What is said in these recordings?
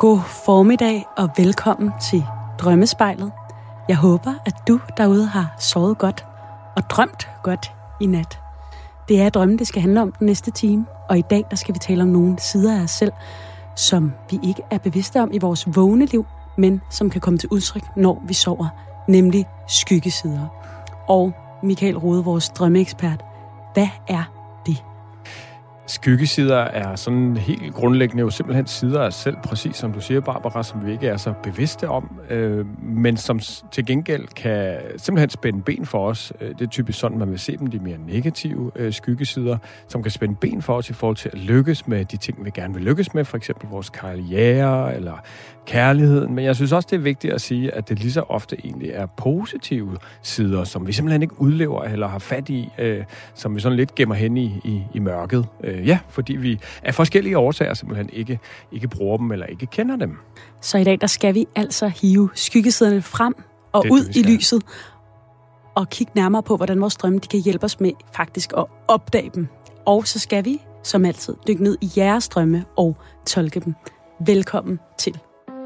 God formiddag og velkommen til Drømmespejlet. Jeg håber, at du derude har sovet godt og drømt godt i nat. Det er drømmen, det skal handle om den næste time, og i dag der skal vi tale om nogle sider af os selv, som vi ikke er bevidste om i vores vågne liv, men som kan komme til udtryk, når vi sover, nemlig skyggesider. Og Michael Rode, vores drømmeekspert, hvad er det? Skyggesider er sådan helt grundlæggende jo simpelthen sider af os selv, præcis som du siger, Barbara, som vi ikke er så bevidste om, men som til gengæld kan simpelthen spænde ben for os. Det er typisk sådan, man vil se dem, de mere negative skyggesider, som kan spænde ben for os i forhold til at lykkes med de ting, vi gerne vil lykkes med, for eksempel vores karriere eller kærligheden. Men jeg synes også, det er vigtigt at sige, at det lige så ofte egentlig er positive sider, som vi simpelthen ikke udlever eller har fat i, som vi sådan lidt gemmer hen i mørket. Ja, fordi vi af forskellige årsager simpelthen ikke bruger dem eller ikke kender dem. Så i dag, der skal vi altså hive skyggesiderne frem og ud i lyset og kigge nærmere på, hvordan vores drømme de kan hjælpe os med faktisk at opdage dem. Og så skal vi, som altid, dykke ned i jeres drømme og tolke dem. Velkommen til.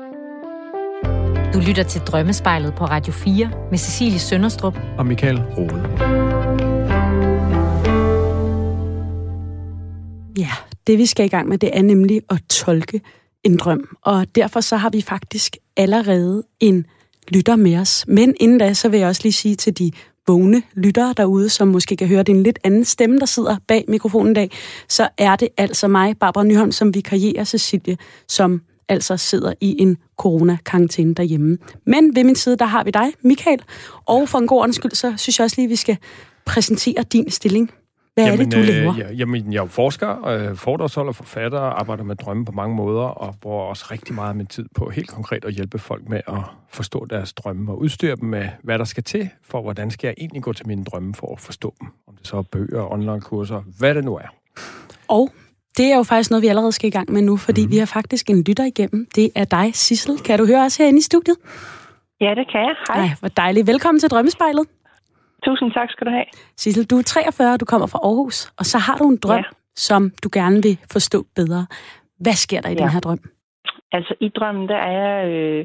Du lytter til Drømmespejlet på Radio 4 med Cecilie Sønderstrup og Michael Rode. Ja, det vi skal i gang med, det er nemlig at tolke en drøm. Og derfor så har vi faktisk allerede en lytter med os. Men inden da, så vil jeg også lige sige til de vågne lyttere derude, som måske kan høre, det er en lidt anden stemme, der sidder bag mikrofonen i dag, så er det altså mig, Barbara Nyholm, som vikarierer Cecilie, som altså sidder i en corona-karantæne derhjemme. Men ved min side, der har vi dig, Michael. Og for en god ordens skyld, så synes jeg også lige, vi skal præsentere din stilling. Hvad er det, du laver? Jeg er forsker, foredragsholder, forfatter, arbejder med drømme på mange måder, og bruger også rigtig meget af min tid på helt konkret at hjælpe folk med at forstå deres drømme, og udstyre dem med, hvad der skal til, for hvordan skal jeg egentlig gå til mine drømme for at forstå dem. Om det så er bøger, online-kurser, hvad det nu er. Og det er jo faktisk noget, vi allerede skal i gang med nu, fordi vi har faktisk en lytter igennem. Det er dig, Sissel. Kan du høre os herinde i studiet? Ja, det kan jeg. Hej. Ej, hvor dejligt. Velkommen til Drømmespejlet. Tusind tak skal du have. Sissel, du er 43, du kommer fra Aarhus, og så har du en drøm, som du gerne vil forstå bedre. Hvad sker der i den her drøm? Altså, i drømmen, der er jeg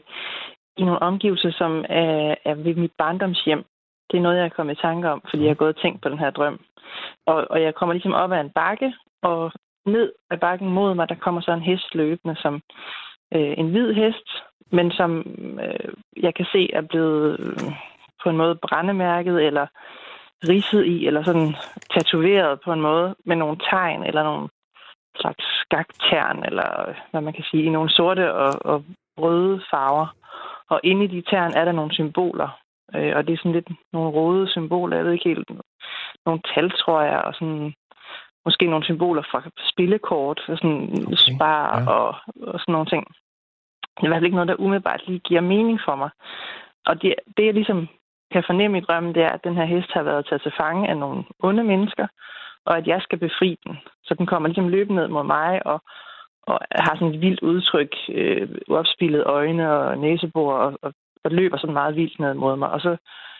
i nogle omgivelser, som er ved mit barndomshjem. Det er noget, jeg er kommet i tanke om, fordi jeg har gået og tænkt på den her drøm. Og jeg kommer ligesom op ad en bakke, og ned ad bakken mod mig, der kommer så en hest løbende, som en hvid hest, men som jeg kan se er blevet på en måde brændemærket, eller ridset i, eller sådan tatoveret på en måde, med nogle tegn, eller nogle slags skaktern, eller hvad man kan sige, i nogle sorte og røde farver. Og inde i de tern er der nogle symboler, og det er sådan lidt nogle røde symboler, jeg ved ikke helt, nogle tal, tror jeg, og sådan måske nogle symboler fra spillekort, og sådan spar og sådan nogle ting. Det er i hvert fald ikke noget, der umiddelbart lige giver mening for mig. Og det jeg ligesom kan fornemme i drømmen, det er, at den her hest har været taget til fange af nogle onde mennesker, og at jeg skal befri den. Så den kommer ligesom løbende ned mod mig, og har sådan et vildt udtryk, uopspilede øjne og næsebor, og løber sådan meget vildt ned mod mig. Og så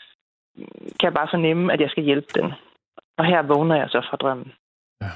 kan jeg bare fornemme, at jeg skal hjælpe den. Og her vågner jeg så fra drømmen. Ja.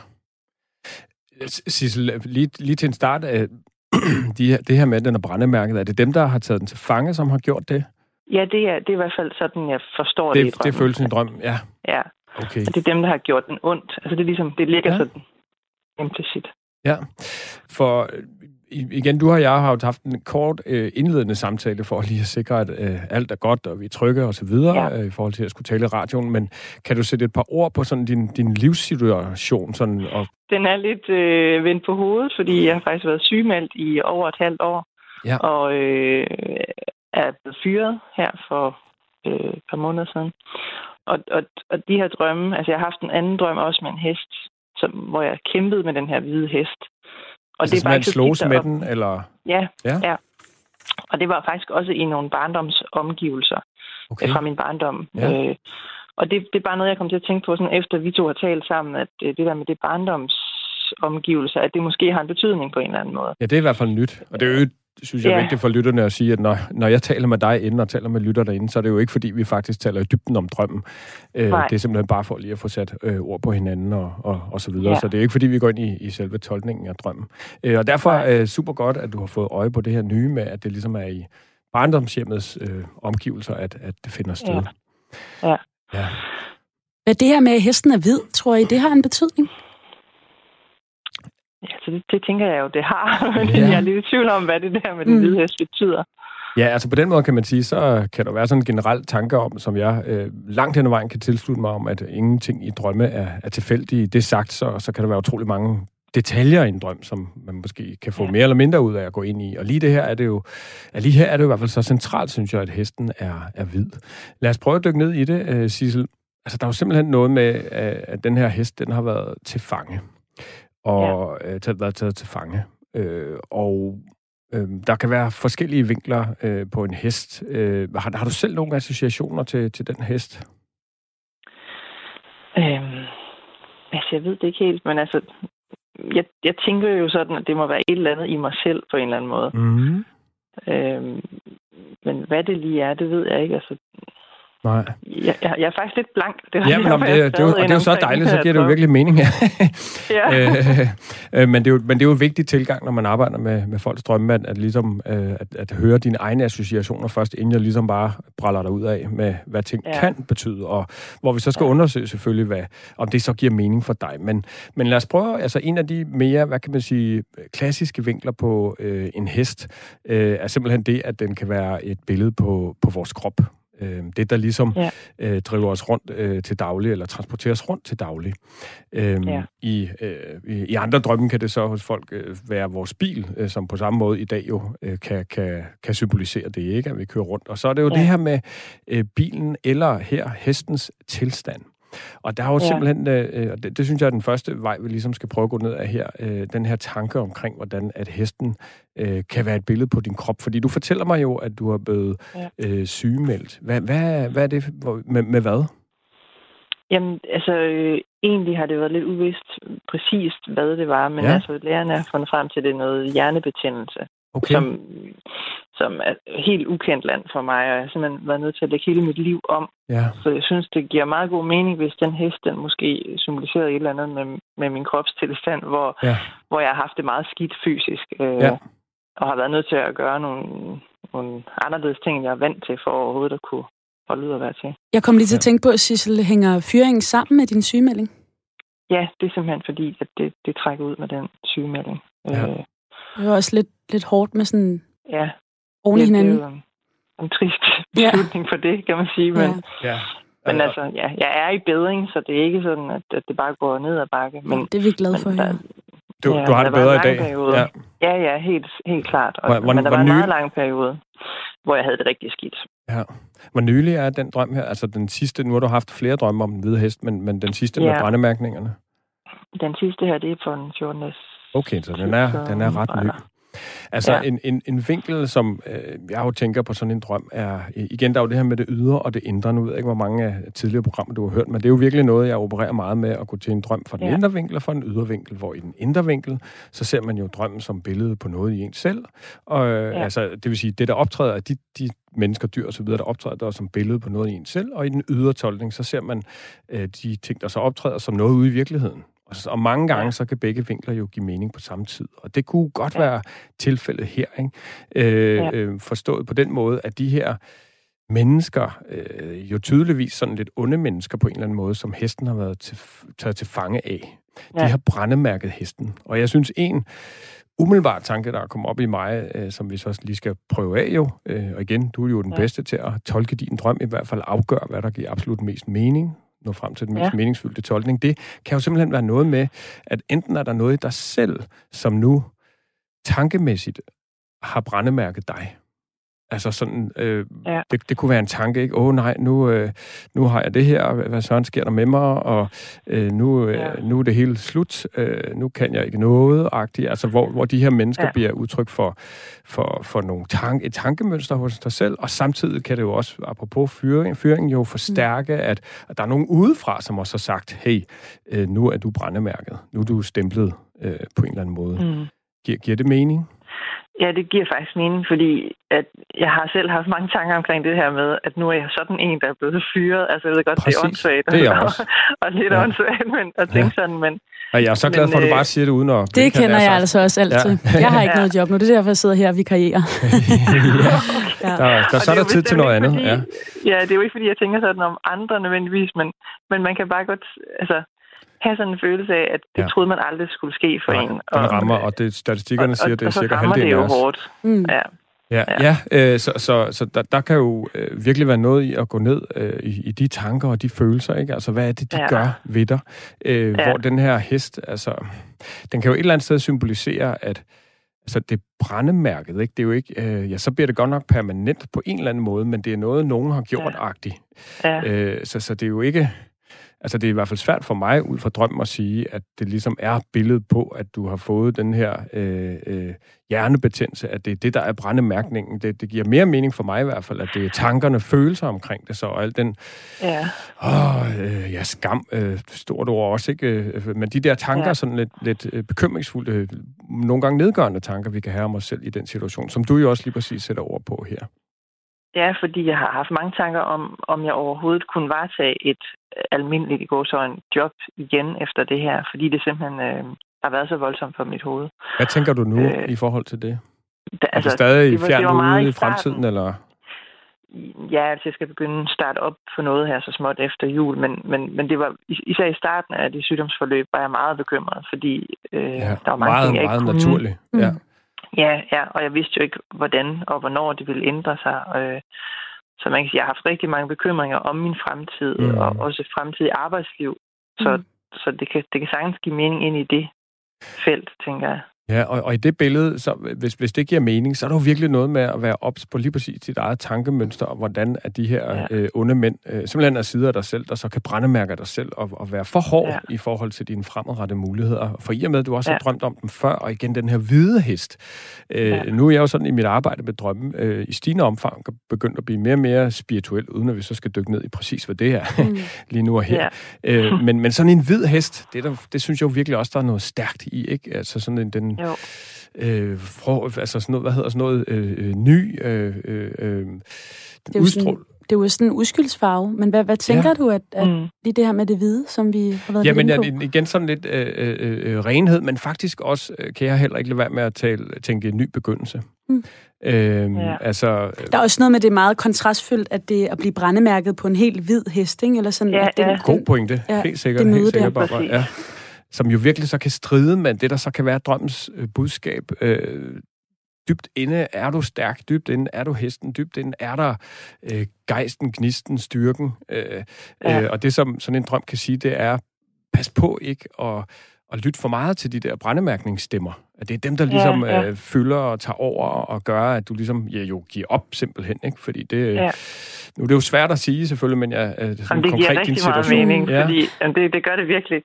Sissel, lige til en start, det her med, at den er brændemærket, er det dem, der har taget den til fange, som har gjort det? Ja, det er i hvert fald sådan, jeg forstår det i drømmen. Det er følelsen i drømmen, ja. Ja, okay. Og det er dem, der har gjort den ondt. Altså det er ligesom, det ligger sådan implicit. Ja, for igen, du og jeg har jo haft en kort indledende samtale for lige at sikre, at alt er godt, og vi er trygge og så videre, i forhold til at skulle tale i radioen, men kan du sætte et par ord på sådan din livssituation? Sådan, og den er lidt vendt på hovedet, fordi jeg har faktisk været sygemeldt i over et halvt år, og er blevet fyret her for et par måneder siden. Og de her drømme, altså jeg har haft en anden drøm også med en hest, hvor jeg kæmpede med den her hvide hest. Og altså, det var ikke slås med den, eller? Ja. Og det var faktisk også i nogle barndomsomgivelser fra min barndom. Ja. Og det er bare noget, jeg kom til at tænke på, sådan efter vi to har talt sammen, at det der med det barndomsomgivelser, at det måske har en betydning på en eller anden måde. Ja, det er i hvert fald nyt. Og det er jo synes jeg er vigtigt for lytterne at sige, at når jeg taler med dig inden og taler med lytter derinde, så er det jo ikke, fordi vi faktisk taler i dybden om drømmen. Det er simpelthen bare for lige at få sat ord på hinanden og så videre. Ja. Så det er ikke, fordi vi går ind i selve tolkningen af drømmen. Og derfor er super godt, at du har fået øje på det her nye med, at det ligesom er i barndomshjemmets omgivelser, at det finder sted. Ja. Hvad det her med, at hesten er hvid, tror I, det har en betydning? Ja, så det tænker jeg jo, det har. Men jeg er lidt i tvivl om, hvad det der med den hvide hest betyder. Ja, altså på den måde kan man sige, så kan der være sådan en generel tanke om, som jeg langt hen ad vejen kan tilslutte mig om, at ingenting i drømme er tilfældige. Det sagt, så kan der være utrolig mange detaljer i en drøm, som man måske kan få mere eller mindre ud af at gå ind i. Og lige her er det jo i hvert fald så centralt, synes jeg, at hesten er hvid. Lad os prøve at dykke ned i det, Sissel. Altså, der er jo simpelthen noget med, at den her hest, den har været til fange. Og været taget til fange. Der kan være forskellige vinkler på en hest. Har du selv nogle associationer til den hest? Jeg ved det ikke helt, men altså, jeg tænker jo sådan, at det må være et eller andet i mig selv på en eller anden måde. Mm. Men hvad det lige er, det ved jeg ikke. Altså, nej. Jeg er faktisk lidt blank. Det er jo så dejligt, så giver det jo virkelig mening. Men det er jo en vigtig tilgang, når man arbejder med folks drømme, at høre dine egne associationer først, inden jeg ligesom bare bræller dig ud af med, hvad ting kan betyde, og hvor vi så skal undersøge selvfølgelig, om det så giver mening for dig. Men lad os prøve, altså en af de mere, hvad kan man sige, klassiske vinkler på en hest, er simpelthen det, at den kan være et billede på vores krop. Det, der ligesom driver os rundt til daglig, eller transporterer os rundt til daglig. I andre drømme kan det så hos folk være vores bil, som på samme måde i dag jo kan symbolisere det, ikke? At vi kører rundt. Og så er det jo det her med bilen, eller her hestens tilstand. Og der er jo simpelthen, det synes jeg er den første vej, vi ligesom skal prøve at gå ned af her, den her tanke omkring, hvordan at hesten kan være et billede på din krop. Fordi du fortæller mig jo, at du har blevet sygemeldt. Hvad er det med hvad? Jamen, altså, egentlig har det været lidt uvist præcist, hvad det var, men altså, lægerne har fundet frem til, at det er noget hjernebetændelse. Okay. Som er helt ukendt land for mig, og jeg har simpelthen været nødt til at lægge hele mit liv om. Ja. Så jeg synes, det giver meget god mening, hvis den hest, den måske symboliserer et eller andet med min kropstilstand, hvor jeg har haft det meget skidt fysisk, og har været nødt til at gøre nogle anderledes ting, end jeg er vant til, for overhovedet at kunne holde ud og være til. Jeg kom lige til at tænke på, Sissel, hænger fyringen sammen med din sygemelding? Ja, det er simpelthen fordi, at det trækker ud med den sygemelding. Ja. Det var også lidt hårdt med sådan oven i hinanden. Det er jo en trist beslutning for det, kan man sige. Men, men altså, jeg er i bedring, så det er ikke sådan, at det bare går ned ad bakke. Men, det er vi glade for, Du har det bedre i dag? Ja, helt klart. Men der var en meget lang periode, hvor jeg havde det rigtig skidt. Ja. Hvor nylig er den drøm her? Altså den sidste, nu har du haft flere drømme om den hvide hest, men den sidste med brændemærkningerne? Den sidste her, det er for den 14. Okay, så den er ret ny. Altså en vinkel, som jeg jo tænker på sådan en drøm, er igen, der er jo det her med det ydre og det indre. Nu ved jeg ikke, hvor mange af tidligere programmer du har hørt, men det er jo virkelig noget, jeg opererer meget med, at gå til en drøm fra den indre vinkel og fra den ydre vinkel, hvor i den indre vinkel, så ser man jo drømmen som billede på noget i en selv. Og altså, det vil sige, det der optræder af de mennesker, dyr og så videre, der optræder der som billede på noget i en selv, og i den ydre tolkning, så ser man de ting, der så optræder som noget ude i virkeligheden. Og mange gange, så kan begge vinkler jo give mening på samme tid. Og det kunne godt være tilfældet her, ikke? Forstået på den måde, at de her mennesker, jo tydeligvis sådan lidt onde mennesker på en eller anden måde, som hesten har været taget til fange af, de har brændemærket hesten. Og jeg synes, en umiddelbar tanke, der kommer op i mig, som vi så lige skal prøve af jo, og igen, du er jo den bedste til at tolke din drøm, i hvert fald afgøre, hvad der giver absolut mest mening, nå frem til den mest meningsfyldte tolkning. Det kan jo simpelthen være noget med, at enten er der noget i dig selv, som nu tankemæssigt har brændemærket dig. Altså sådan, det kunne være en tanke, ikke? Nej, nu har jeg det her, hvad søren sker der med mig, og nu er det hele slut, nu kan jeg ikke noget-agtigt. Altså, hvor de her mennesker bliver udtryk for nogle et tankemønster hos dig selv, og samtidig kan det jo også, apropos fyring jo forstærke, at der er nogen udefra, som også har sagt, hey, nu er du brændemærket, nu er du stemplet på en eller anden måde. Giver det mening? Ja, det giver faktisk mening, fordi at jeg har selv haft mange tanker omkring det her med, at nu er jeg sådan en, der er blevet fyret. Altså, jeg ved godt, præcis. Det er åndssvagt. Det er også. Og lidt åndssvagt, men at tænke sådan, men... Og jeg er så glad for, at du bare siger det uden at... Det kender jeg altså også altid. Ja. Jeg har ikke noget job nu, det er derfor, jeg sidder her og vikarierer. Så er der tid til noget andet. Fordi, ja, det er jo ikke, fordi jeg tænker sådan om andre nødvendigvis, men man kan bare godt... Altså, have sådan en følelse af, at det troede man aldrig skulle ske for en. Den rammer, og det statistikkerne siger, det er cirka halvdelen af os. Og så rammer det jo hårdt. Så der kan jo virkelig være noget i at gå ned i de tanker og de følelser, ikke? Altså, hvad er det, de gør ved dig? Hvor den her hest, altså, den kan jo et eller andet sted symbolisere, at altså, det er brændemærket, ikke? Det er jo ikke, så bliver det godt nok permanent på en eller anden måde, men det er noget, nogen har gjort-agtigt. Så det er jo ikke... Altså, det er i hvert fald svært for mig ud fra drømmen at sige, at det ligesom er billedet på, at du har fået den her hjernebetændelse, at det er det, der er brændemærkningen. Det giver mere mening for mig i hvert fald, at det er tankerne, følelser omkring det, så og alt den... skam, stort ord også, ikke? Men de der tanker, sådan lidt bekymringsfulde, nogle gange nedgørende tanker, vi kan have om os selv i den situation, som du jo også lige præcis sætter ord på her. Ja, fordi jeg har haft mange tanker om jeg overhovedet kunne varetage et almindeligt job igen efter det her, fordi det simpelthen har været så voldsomt for mit hoved. Hvad tænker du nu i forhold til det? Er det stadig fjernt ude i fremtiden, eller? Ja, altså jeg skal begynde at starte op for noget her så småt efter jul, men det var især i starten af det sygdomsforløb, var jeg meget bekymret, fordi der var mange ting, jeg ikke kunne. Meget naturligt, ja. Ja, og jeg vidste jo ikke, hvordan og hvornår det ville ændre sig. Så man kan sige, jeg har haft rigtig mange bekymringer om min fremtid, og også fremtidig arbejdsliv. Så det kan sagtens give mening ind i det felt, tænker jeg. Ja, og i det billede, så hvis det giver mening, så er der jo virkelig noget med at være ops på lige præcis dit eget tankemønster, og hvordan at de her onde mænd simpelthen er sider af dig selv, der så kan brændemærke dig selv, og være for hård i forhold til dine fremadrettede muligheder. For i og med, at du også har drømt om dem før, og igen den her hvide hest. Nu er jeg jo sådan i mit arbejde med drømme i stigende omfang begyndt at blive mere og mere spirituel, uden at vi så skal dykke ned i præcis, hvad det er lige nu og her. Men sådan en hvid hest, det synes jeg jo virkelig også, der er noget stærkt i, ikke? Altså sådan den altså sådan noget, hvad hedder sådan noget, det er jo sådan en uskyldsfarve, men hvad tænker du, at lige det her med det hvide, som vi har været inde på? Jamen igen sådan lidt renhed, men faktisk også kan jeg heller ikke lade være med at tænke en ny begyndelse. Altså, der er også noget med det meget kontrastfyldt, at det at blive brændemærket på en helt hvid hest, ikke? Eller sådan, god pointe, helt sikkert, Barbara. Ja. Som jo virkelig så kan stride med det, der så kan være drømmens budskab. Dybt inde er du stærk, dybt inde er du hesten, dybt inde er der gejsten, gnisten, styrken. Og det, som sådan en drøm kan sige, det er, pas på ikke at lytte for meget til de der brændemærkningsstemmer. At det er dem, der ligesom fylder og tager over og gør, at du ligesom jo giver op simpelthen, ikke? Fordi det... Nu er det jo svært at sige, selvfølgelig, men det giver rigtig meget mening, fordi det gør det virkelig.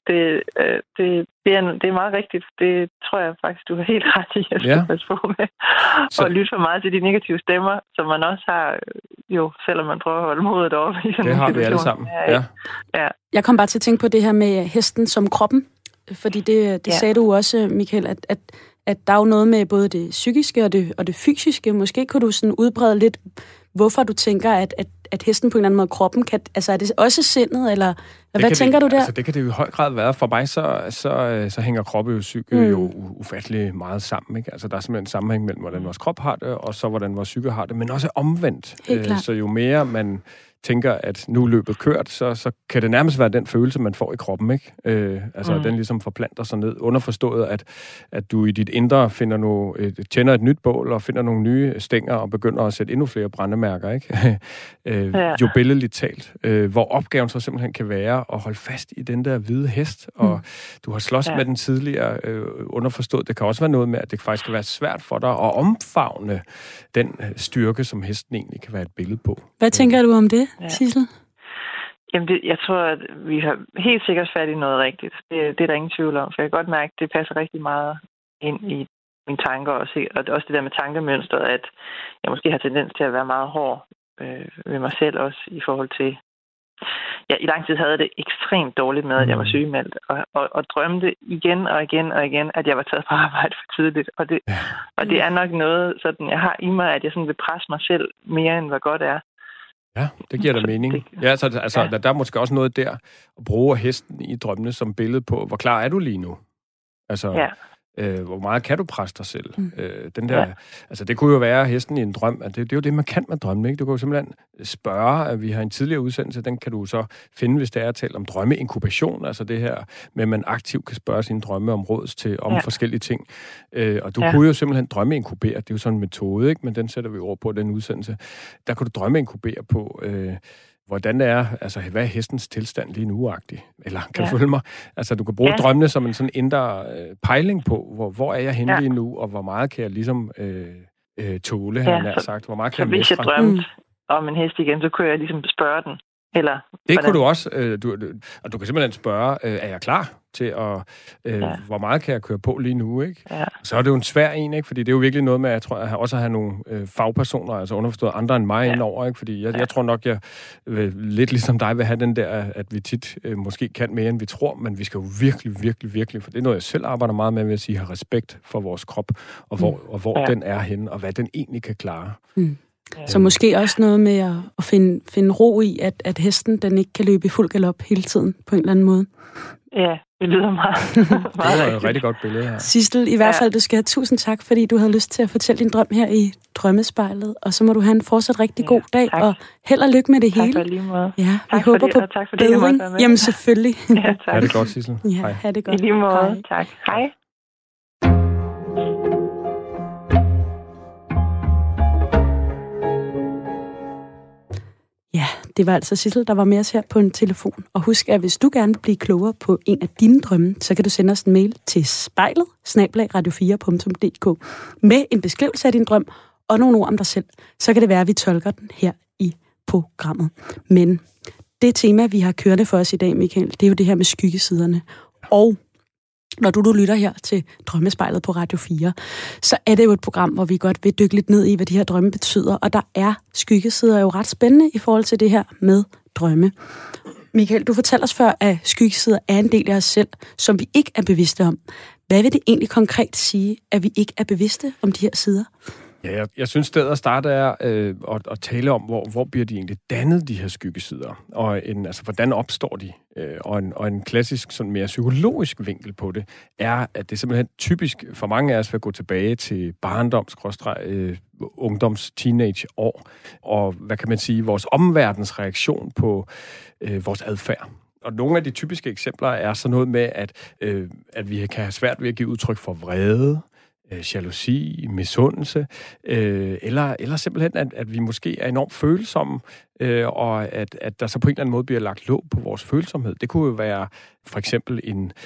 Det er meget rigtigt. Det tror jeg faktisk, du har helt ret i, at skal passe på med. Og lytte for meget til de negative stemmer, som man også har, jo, selvom man prøver at holde modet oppe i sådan en situation. Det har vi alle sammen, ja. Jeg kom bare til at tænke på det her med hesten som kroppen, fordi det sagde du også, Michael, at der er jo noget med både det psykiske og det fysiske. Måske kunne du sådan udbrede lidt, hvorfor du tænker, at hesten på en eller anden måde kroppen kan... Altså, er det også sindet, eller hvad tænker du der? Altså, det kan det jo i høj grad være. For mig, så hænger kroppe og psyke jo ufattelig meget sammen, ikke? Altså, der er simpelthen en sammenhæng mellem, hvordan vores krop har det, og så hvordan vores psyke har det, men også omvendt. Så jo mere man tænker, at nu er løbet kørt, så kan det nærmest være den følelse, man får i kroppen, ikke? Den ligesom forplanter sig ned. Underforstået, at du i dit indre tænder et nyt bål og finder nogle nye stænger og begynder at sætte endnu flere brændemærker, ikke? Jo billedligt talt. Hvor opgaven så simpelthen kan være at holde fast i den der hvide hest, og du har slås med den tidligere underforstået. Det kan også være noget med, at det faktisk kan være svært for dig at omfavne den styrke, som hesten egentlig kan være et billede på. Hvad tænker du om det, Sissel? Jamen, jeg tror, at vi har helt sikkert fat i noget rigtigt. Det er der ingen tvivl om, for jeg kan godt mærke, at det passer rigtig meget ind i mine tanker også, og også det der med tankemønstret, at jeg måske har tendens til at være meget hård ved mig selv også, i forhold til i lang tid havde jeg det ekstremt dårligt med, at jeg var sygemeldt, og drømte igen og igen og igen, at jeg var taget på arbejde for tidligt. Og det er nok noget, sådan, jeg har i mig, at jeg sådan vil presse mig selv mere, end hvad godt er. Ja, det giver da mening. Ja, så der er måske også noget der at bruge hesten i drømmene som billede på, hvor klar er du lige nu? Altså, hvor meget kan du presse dig selv? Den der, altså det kunne jo være hesten i en drøm, at det er jo det, man kan med drømme, ikke? Du kan jo simpelthen spørge, at vi har en tidligere udsendelse, den kan du så finde, hvis det er at tale om drømmeinkubation, altså det her med, at man aktivt kan spørge sine drømme om råds om forskellige ting. Og du kunne jo simpelthen drømmeinkubere, det er jo sådan en metode, ikke? Men den sætter vi over på, den udsendelse. Der kunne du drømmeinkubere på, hvordan det er, altså hvad er hestens tilstand lige nu-agtig? Eller kan du følge mig? Altså du kan bruge drømmene som en sådan indre pejling på, hvor er jeg henne lige nu, og hvor meget kan jeg ligesom tåle, har jeg sagt. Hvor meget kan jeg mestre? Hvis jeg drømte om en hest igen, så kunne jeg ligesom spørge den. Eller, det kunne du også. Og du kan simpelthen spørge, er jeg klar til at... hvor meget kan jeg køre på lige nu, ikke? Ja. Så er det jo en svær en, ikke? Fordi det er jo virkelig noget med, jeg tror, at også at have nogle fagpersoner, altså underforstået andre end mig indover, ikke? Fordi jeg tror nok, jeg lidt ligesom dig vil have den der, at vi tit måske kan mere, end vi tror, men vi skal jo virkelig, for det er noget, jeg selv arbejder meget med, ved at sige, have respekt for vores krop, og hvor den er henne, og hvad den egentlig kan klare. Så måske også noget med at finde ro i, at hesten den ikke kan løbe i fuld galop hele tiden, på en eller anden måde. Ja, det lyder meget det er et rigtig godt billede her. Sissel, i hvert fald, du skal have tusind tak, fordi du havde lyst til at fortælle din drøm her i Drømmespejlet. Og så må du have en fortsat rigtig god dag, tak. og held og lykke med det hele. Tak for lige måde. Ja, tak vi håber på tak for bedring. Jamen selvfølgelig. Ja, tak. Ha' det godt, Sissel. Ja, hej. Ha' det godt. I lige måde. Hej. Tak. Hej. Ja, det var altså Sissel, der var med os her på en telefon. Og husk, at hvis du gerne vil blive klogere på en af dine drømme, så kan du sende os en mail til spejlet@radio4.dk med en beskrivelse af din drøm og nogle ord om dig selv. Så kan det være, at vi tolker den her i programmet. Men det tema, vi har kørende for os i dag, Michael, det er jo det her med skyggesiderne. Og når du lytter her til Drømmespejlet på Radio 4, så er det jo et program, hvor vi godt vil dykke lidt ned i, hvad de her drømme betyder. Og der er skyggesider jo ret spændende i forhold til det her med drømme. Michael, du fortalte os før, at skyggesider er en del af os selv, som vi ikke er bevidste om. Hvad vil det egentlig konkret sige, at vi ikke er bevidste om de her sider? Ja, jeg synes, stedet at starte er at tale om, hvor bliver de egentlig dannet, de her skyggesider, og hvordan opstår de? Og en klassisk, sådan mere psykologisk vinkel på det, er, at det simpelthen typisk for mange af os vil gå tilbage til ungdoms, teenageår, og hvad kan man sige, vores omverdens reaktion på vores adfærd. Og nogle af de typiske eksempler er sådan noget med, at vi kan have svært ved at give udtryk for vrede, jalousi, misundelse, eller simpelthen, at vi måske er enormt følsomme, og at der så på en eller anden måde bliver lagt låg på vores følsomhed. Det kunne jo være for eksempel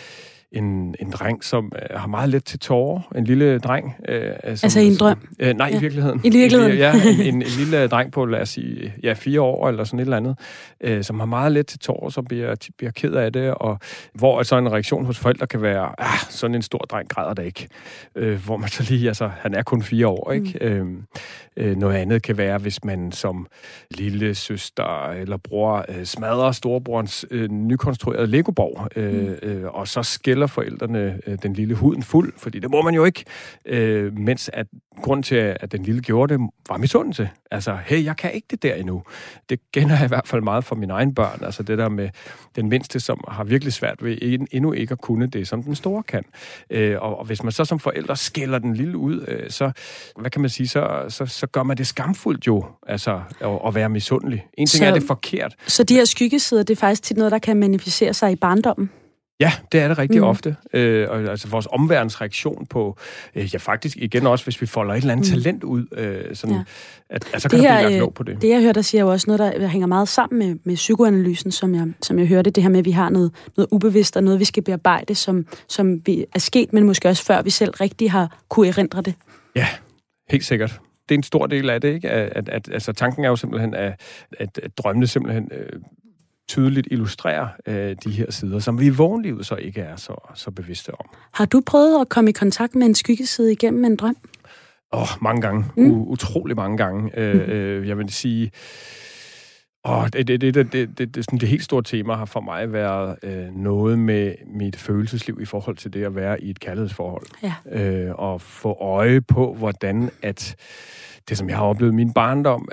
en dreng, som har meget let til tårer. En lille dreng. Altså i en drøm? Nej, i virkeligheden. I virkeligheden? Ja, en lille dreng på, lad os sige, 4 år eller sådan et eller andet, som har meget let til tårer, som bliver ked af det, og hvor så en reaktion hos forældre kan være, sådan en stor dreng græder der ikke. Hvor man så lige, han er kun 4 år, ikke? Noget andet kan være, hvis man som lille søster eller bror smadrer storebrorens nykonstruerede Lego-borg, og så skælder forældrene den lille huden fuld, fordi det må man jo ikke, mens at grunden til, at den lille gjorde det, var misundelse. Altså, hey, jeg kan ikke det der endnu. Det kender jeg i hvert fald meget fra mine egne børn, altså det der med den mindste, som har virkelig svært ved endnu ikke at kunne det, som den store kan. Og hvis man så som forældre skælder den lille ud, så, hvad kan man sige, så gør man det skamfuldt jo, altså at være misundelig. En ting er det forkert. Så de her skyggesider, det er faktisk tit noget, der kan manifestere sig i barndommen? Ja, det er det rigtig ofte. Altså vores omverdensreaktion på, faktisk igen også, hvis vi folder et eller andet talent ud, sådan, så kan der blive lagt låg på det. Det, jeg hørte, der siger jo også noget, der hænger meget sammen med psykoanalysen, som jeg hørte, det her med, at vi har noget ubevidst, og noget, vi skal bearbejde, som vi er sket, men måske også før vi selv rigtig har kunne erindre det. Ja, helt sikkert. Det er en stor del af det, ikke? Altså tanken er jo simpelthen, at drømmene simpelthen tydeligt illustrerer de her sider, som vi i vågenlivet så ikke er så bevidste om. Har du prøvet at komme i kontakt med en skyggeside igennem en drøm? Mange gange. Utrolig mange gange. Jeg vil sige, Det helt store tema har for mig været noget med mit følelsesliv i forhold til det at være i et kærlighedsforhold. Ja. Og få øje på, hvordan at det, som jeg har oplevet i min barndom,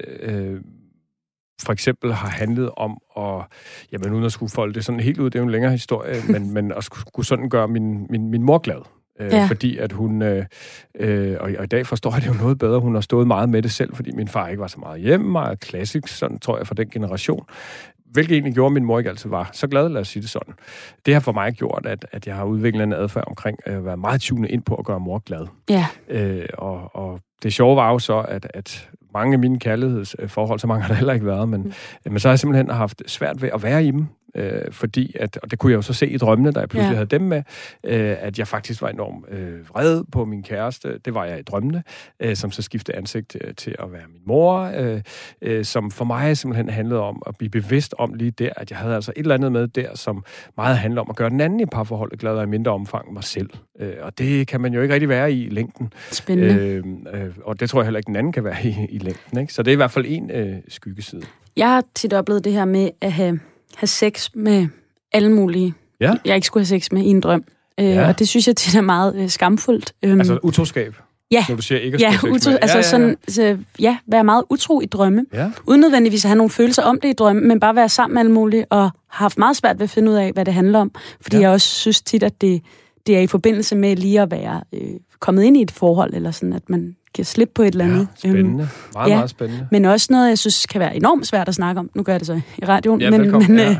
for eksempel har handlet om at, jamen uden at skulle folde det sådan helt ud, det er jo en længere historie, men at skulle sådan gøre min mor glad. Fordi at hun, og i dag forstår jeg det jo noget bedre, hun har stået meget med det selv, fordi min far ikke var så meget hjemme, meget klassisk, sådan tror jeg, for den generation. Hvilket egentlig gjorde, at min mor ikke altid var så glad, lad os sige det sådan. Det har for mig gjort, at jeg har udviklet en adfærd omkring at være meget tunet ind på at gøre mor glad. Ja. Og det sjove var jo så, at mange af mine kærlighedsforhold, så mange har der heller ikke været, men så har jeg simpelthen haft svært ved at være i dem. Fordi, og det kunne jeg jo så se i drømmene, da jeg pludselig havde dem med, at jeg faktisk var enormt vred på min kæreste. Det var jeg i drømmene, som så skiftede ansigt til at være min mor, som for mig simpelthen handlede om at blive bevidst om lige der, at jeg havde altså et eller andet med der, som meget handler om at gøre den anden i parforholdet glad og i mindre omfang mig selv. Og det kan man jo ikke rigtig være i længden. Spændende. Og det tror jeg heller ikke, den anden kan være i længden. Ikke? Så det er i hvert fald en skyggeside. Jeg har tit oplevet det her med at have sex med alle mulige, jeg ikke skulle have sex med i en drøm. Og det synes jeg tit er meget skamfuldt. Altså utroskab? Ja. Når du siger ikke at skulle have sex med? Være meget utro i drømme. Ja. Uden nødvendigvis at have nogle følelser om det i drømme, men bare være sammen med alle mulige, og har haft meget svært ved at finde ud af, hvad det handler om. Fordi jeg også synes tit, at det er i forbindelse med lige at være kommet ind i et forhold, eller sådan, at man kan slippe på et eller andet. Spændende. Meget spændende. Men også noget, jeg synes kan være enormt svært at snakke om. Nu gør jeg det så i radioen. Ja, men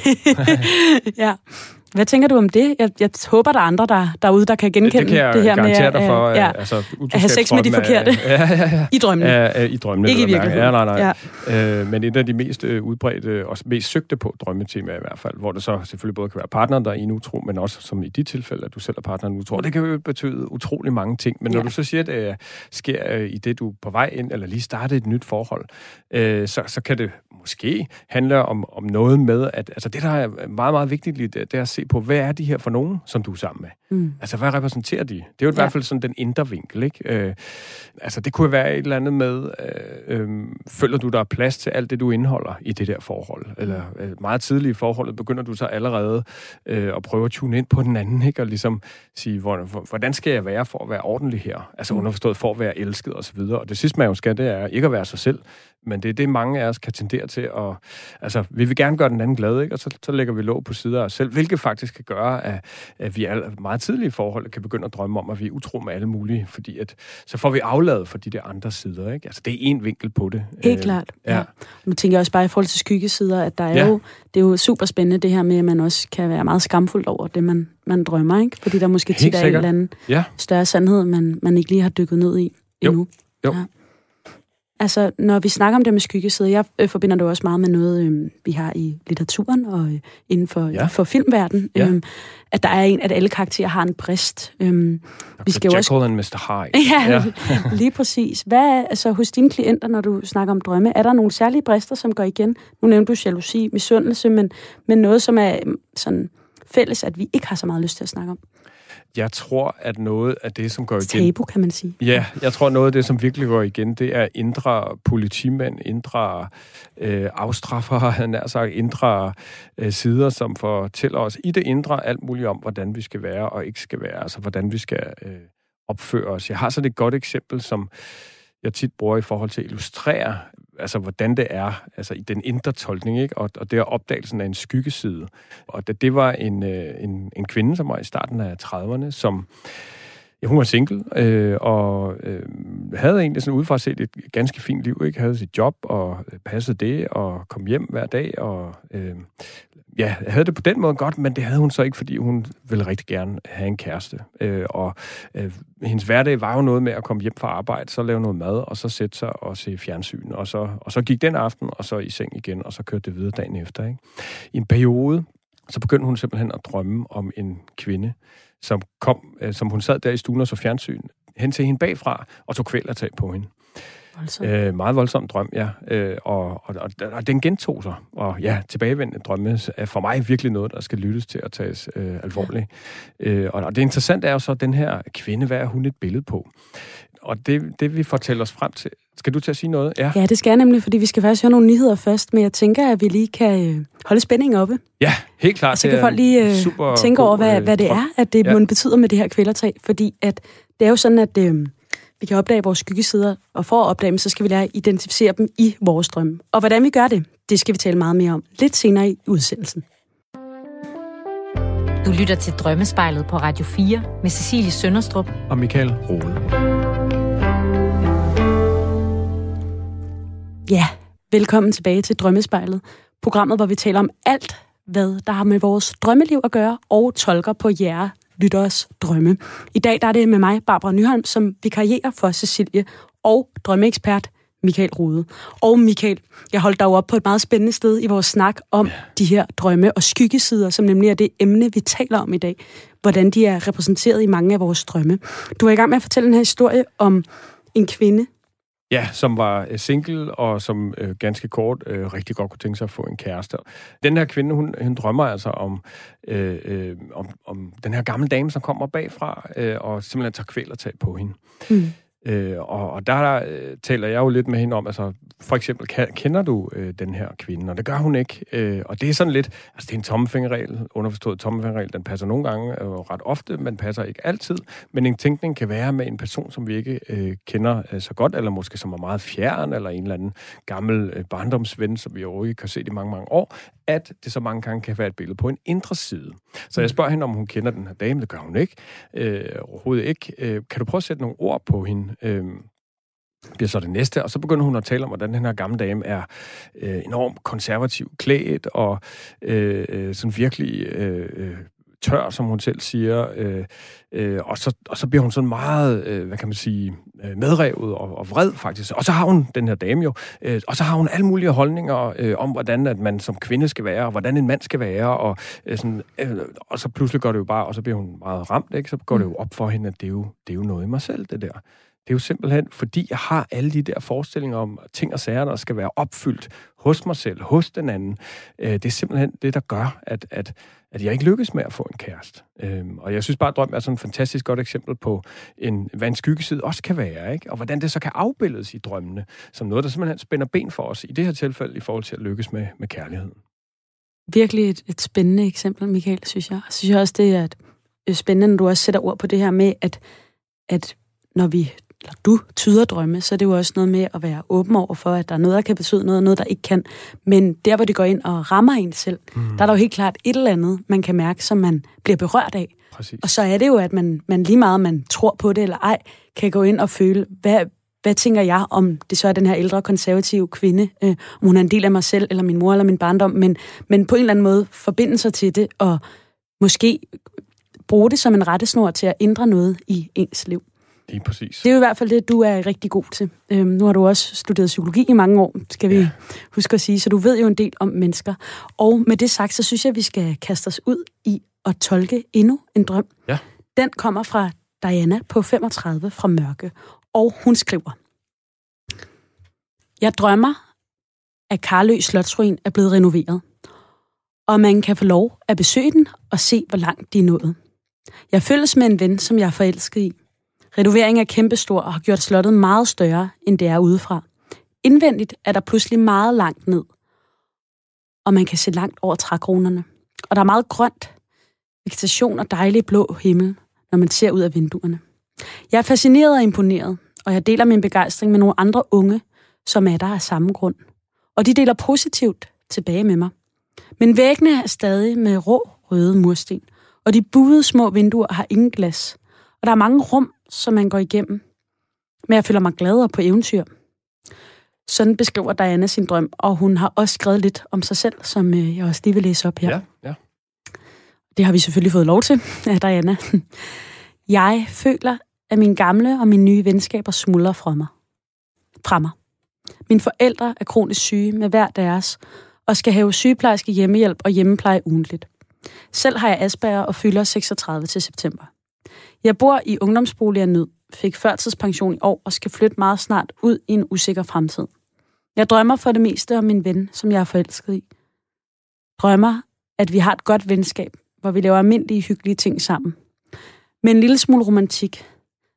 ja. Hvad tænker du om det? Jeg håber, der er andre derude, der kan genkende det her med at have sex med de forkerte i drømmene. I drømmene. Ikke i virkeligheden. Nej. Men et af de mest udbredte og mest søgte på drømmetemaer i hvert fald, hvor det så selvfølgelig både kan være partneren, der er en utro, men også som i dit tilfælde, at du selv er partneren utro. Det kan jo betyde utrolig mange ting. Men når du så siger, at det sker i det, du er på vej ind, eller lige starter et nyt forhold, så kan det måske handle om noget med, at altså det, der er meget, meget vigtigt, det er at se på, hvad er de her for nogen, som du er sammen med? Altså, hvad repræsenterer de? Det er jo i hvert fald sådan den indre vinkel, ikke? Altså, det kunne være et eller andet med, føler du, der er plads til alt det, du indeholder i det der forhold? Eller meget tidligt i forholdet begynder du så allerede at prøve at tune ind på den anden, ikke? Og ligesom sige, hvordan skal jeg være for at være ordentlig her? Altså, underforstået for at være elsket og så videre. Og det sidste, man jo skal, det er ikke at være sig selv. Men det er det, mange af os kan tendere til at... Altså, vi vil gerne gøre den anden glad, ikke? Og så lægger vi låg på sider af os selv, hvilket faktisk kan gøre, at vi meget tidlige forhold kan begynde at drømme om, at vi er utro med alle mulige, fordi så får vi afladet for de der andre sider, ikke? Altså, det er en vinkel på det. Helt klart, ja. Nu tænker jeg også bare i forhold til skyggesider, at der er det er jo super spændende det her med, at man også kan være meget skamfuld over det, man drømmer, ikke? Fordi der måske tit er en eller anden større sandhed, man ikke lige har dykket ned i endnu. Jo. Ja. Altså, når vi snakker om det med skyggesider, jeg forbinder det også meget med noget, vi har i litteraturen og inden for filmverdenen, at der er at alle karakterer har en brist. Vi skal jo også... Jekyll and Mr. Hyde. Ja, lige præcis. Hvad altså hos dine klienter, når du snakker om drømme, er der nogle særlige brister, som går igen? Nu nævnte du jalousi, misundelse, men noget, som er sådan fælles, at vi ikke har så meget lyst til at snakke om. Jeg tror, at noget af det, som går igen... Tabu, kan man sige. Ja, jeg tror, noget af det, som virkelig går igen, det er indre politimænd, indre afstraffer, han nær sagt, indre sider, som fortæller os i det indre alt muligt om, hvordan vi skal være og ikke skal være, altså hvordan vi skal opføre os. Jeg har sådan et godt eksempel, som jeg tit bruger i forhold til at illustrere, altså hvordan det er, altså i den indre tolkning, ikke? Og det er opdagelsen af en skyggeside. Og det var en kvinde, som var i starten af 30'erne, som hun var single, og havde egentlig sådan udefra set et ganske fint liv, ikke? Havde sit job, og passede det, og kom hjem hver dag, og havde det på den måde godt, men det havde hun så ikke, fordi hun ville rigtig gerne have en kæreste. Hendes hverdag var jo noget med at komme hjem fra arbejde, så lave noget mad, og så sætte sig og se fjernsyn, og så gik den aften, og så i seng igen, og så kørte det videre dagen efter, ikke? I en periode, så begyndte hun simpelthen at drømme om en kvinde, som som hun sad der i stuen og så fjernsyn, hen til hende bagfra, og tog kvælertag på hende. Meget voldsom drøm, ja. Og den gentog sig. Og ja, tilbagevendende drømme er for mig virkelig noget, der skal lyttes til og tages alvorligt. Og det interessante er jo så, den her kvinde, hvad er hun et billede på? Og det vi fortæller os frem til. Skal du til at sige noget? Ja, det skal jeg nemlig, fordi vi skal faktisk høre nogle nyheder først, men jeg tænker, at vi lige kan holde spændingen oppe. Ja, helt klart. Og så kan folk lige tænke over, hvad det er, at det betyder med det her kvælertag, fordi at det er jo sådan, at vi kan opdage vores skyggesider, og for at opdage dem, så skal vi lære at identificere dem i vores drømme. Og hvordan vi gør det skal vi tale meget mere om lidt senere i udsendelsen. Du lytter til Drømmespejlet på Radio 4 med Cecilie Sønderstrup og Michael Rode. Ja, velkommen tilbage til Drømmespejlet. Programmet, hvor vi taler om alt, hvad der har med vores drømmeliv at gøre, og tolker på jer lytteres drømme. I dag der er det med mig, Barbara Nyholm, som vikarierer for Cecilie, og drømmeekspert Michael Rode. Og Michael, jeg holdt dig jo op på et meget spændende sted i vores snak om de her drømme og skyggesider, som nemlig er det emne, vi taler om i dag. Hvordan de er repræsenteret i mange af vores drømme. Du er i gang med at fortælle den her historie om en kvinde. Ja, som var single, og som ganske kort rigtig godt kunne tænke sig at få en kæreste. Den her kvinde, hun drømmer altså om den her gamle dame, som kommer bagfra, og simpelthen tager kvælertag på hende. Og der taler jeg jo lidt med hende om, altså for eksempel, kender du den her kvinde? Og det gør hun ikke. Og det er sådan lidt, altså det er en tommelfingerregel, underforstået tommelfingerregel, den passer nogle gange ret ofte, men passer ikke altid. Men en tænkning kan være med en person, som vi ikke kender så godt, eller måske som er meget fjern, eller en eller anden gammel barndomsven, som vi jo ikke har set i mange, mange år, at det så mange gange kan være et billede på en indre side. Så jeg spørger hende, om hun kender den her dame. Det gør hun ikke. Overhovedet ikke. Kan du prøve at sætte nogle ord på hende? Bliver så det næste, og så begynder hun at tale om, hvordan den her gamle dame er enormt konservativ klædt, og sådan virkelig tør, som hun selv siger, og så bliver hun sådan meget, hvad kan man sige, medrevet og vred faktisk. Og så har hun, den her dame jo, og så har hun alle mulige holdninger om, hvordan at man som kvinde skal være, og hvordan en mand skal være, og så pludselig går det jo bare, og så bliver hun meget ramt, ikke? Så går det jo op for hende, at det er jo noget i mig selv, det der. Det er jo simpelthen, fordi jeg har alle de der forestillinger om ting og sager, der skal være opfyldt hos mig selv, hos den anden. Det er simpelthen det, der gør, at jeg ikke lykkes med at få en kæreste. Og jeg synes bare, at drøm er sådan et fantastisk godt eksempel på, hvad en skyggeside også kan være, ikke? Og hvordan det så kan afbildes i drømmene, som noget, der simpelthen spænder ben for os, i det her tilfælde i forhold til at lykkes med kærligheden. Virkelig et spændende eksempel, Michael, synes jeg. Jeg synes også, det er spændende, når du også sætter ord på det her med, at når du tyder drømme, så er det jo også noget med at være åben over for, at der er noget, der kan betyde noget, der ikke kan. Men der, hvor det går ind og rammer en selv, der er der jo helt klart et eller andet, man kan mærke, som man bliver berørt af. Præcis. Og så er det jo, at man lige meget, man tror på det eller ej, kan gå ind og føle, hvad tænker jeg, om det så er den her ældre konservative kvinde, om hun er en del af mig selv, eller min mor, eller min barndom, men på en eller anden måde forbinde sig til det, og måske bruge det som en rettesnor til at ændre noget i ens liv. Lige præcis. Det er jo i hvert fald det, du er rigtig god til. Nu har du også studeret psykologi i mange år, skal vi huske at sige, så du ved jo en del om mennesker. Og med det sagt, så synes jeg, at vi skal kaste os ud i at tolke endnu en drøm. Ja. Den kommer fra Diana på 35 fra Mørke, og hun skriver: Jeg drømmer, at Karlø Slotsruin er blevet renoveret, og man kan få lov at besøge den og se, hvor langt de er nået. Jeg følges med en ven, som jeg er forelsket i. Renoveringen er kæmpestor og har gjort slottet meget større, end det er udefra. Indvendigt er der pludselig meget langt ned, og man kan se langt over trækronerne. Og der er meget grønt, vegetation og dejlig blå himmel, når man ser ud af vinduerne. Jeg er fascineret og imponeret, og jeg deler min begejstring med nogle andre unge, som er der af samme grund. Og de deler positivt tilbage med mig. Men væggene er stadig med rå røde mursten, og de buede små vinduer har ingen glas. Og der er mange rum, som man går igennem. Men jeg føler mig glad og på eventyr. Sådan beskriver Diana sin drøm, og hun har også skrevet lidt om sig selv, som jeg også lige vil læse op her. Ja. Det har vi selvfølgelig fået lov til af Diana. Jeg føler, at mine gamle og mine nye venskaber smuldrer fra mig. Mine forældre er kronisk syge med hver deres, og skal have sygeplejerske hjemmehjælp og hjemmepleje ugentligt. Selv har jeg Asperger og fylder 36 til september. Jeg bor i ungdomsbolig af nød, fik førtidspension i år og skal flytte meget snart ud i en usikker fremtid. Jeg drømmer for det meste om min ven, som jeg er forelsket i. Drømmer, at vi har et godt venskab, hvor vi laver almindelige, hyggelige ting sammen. Med en lille smule romantik.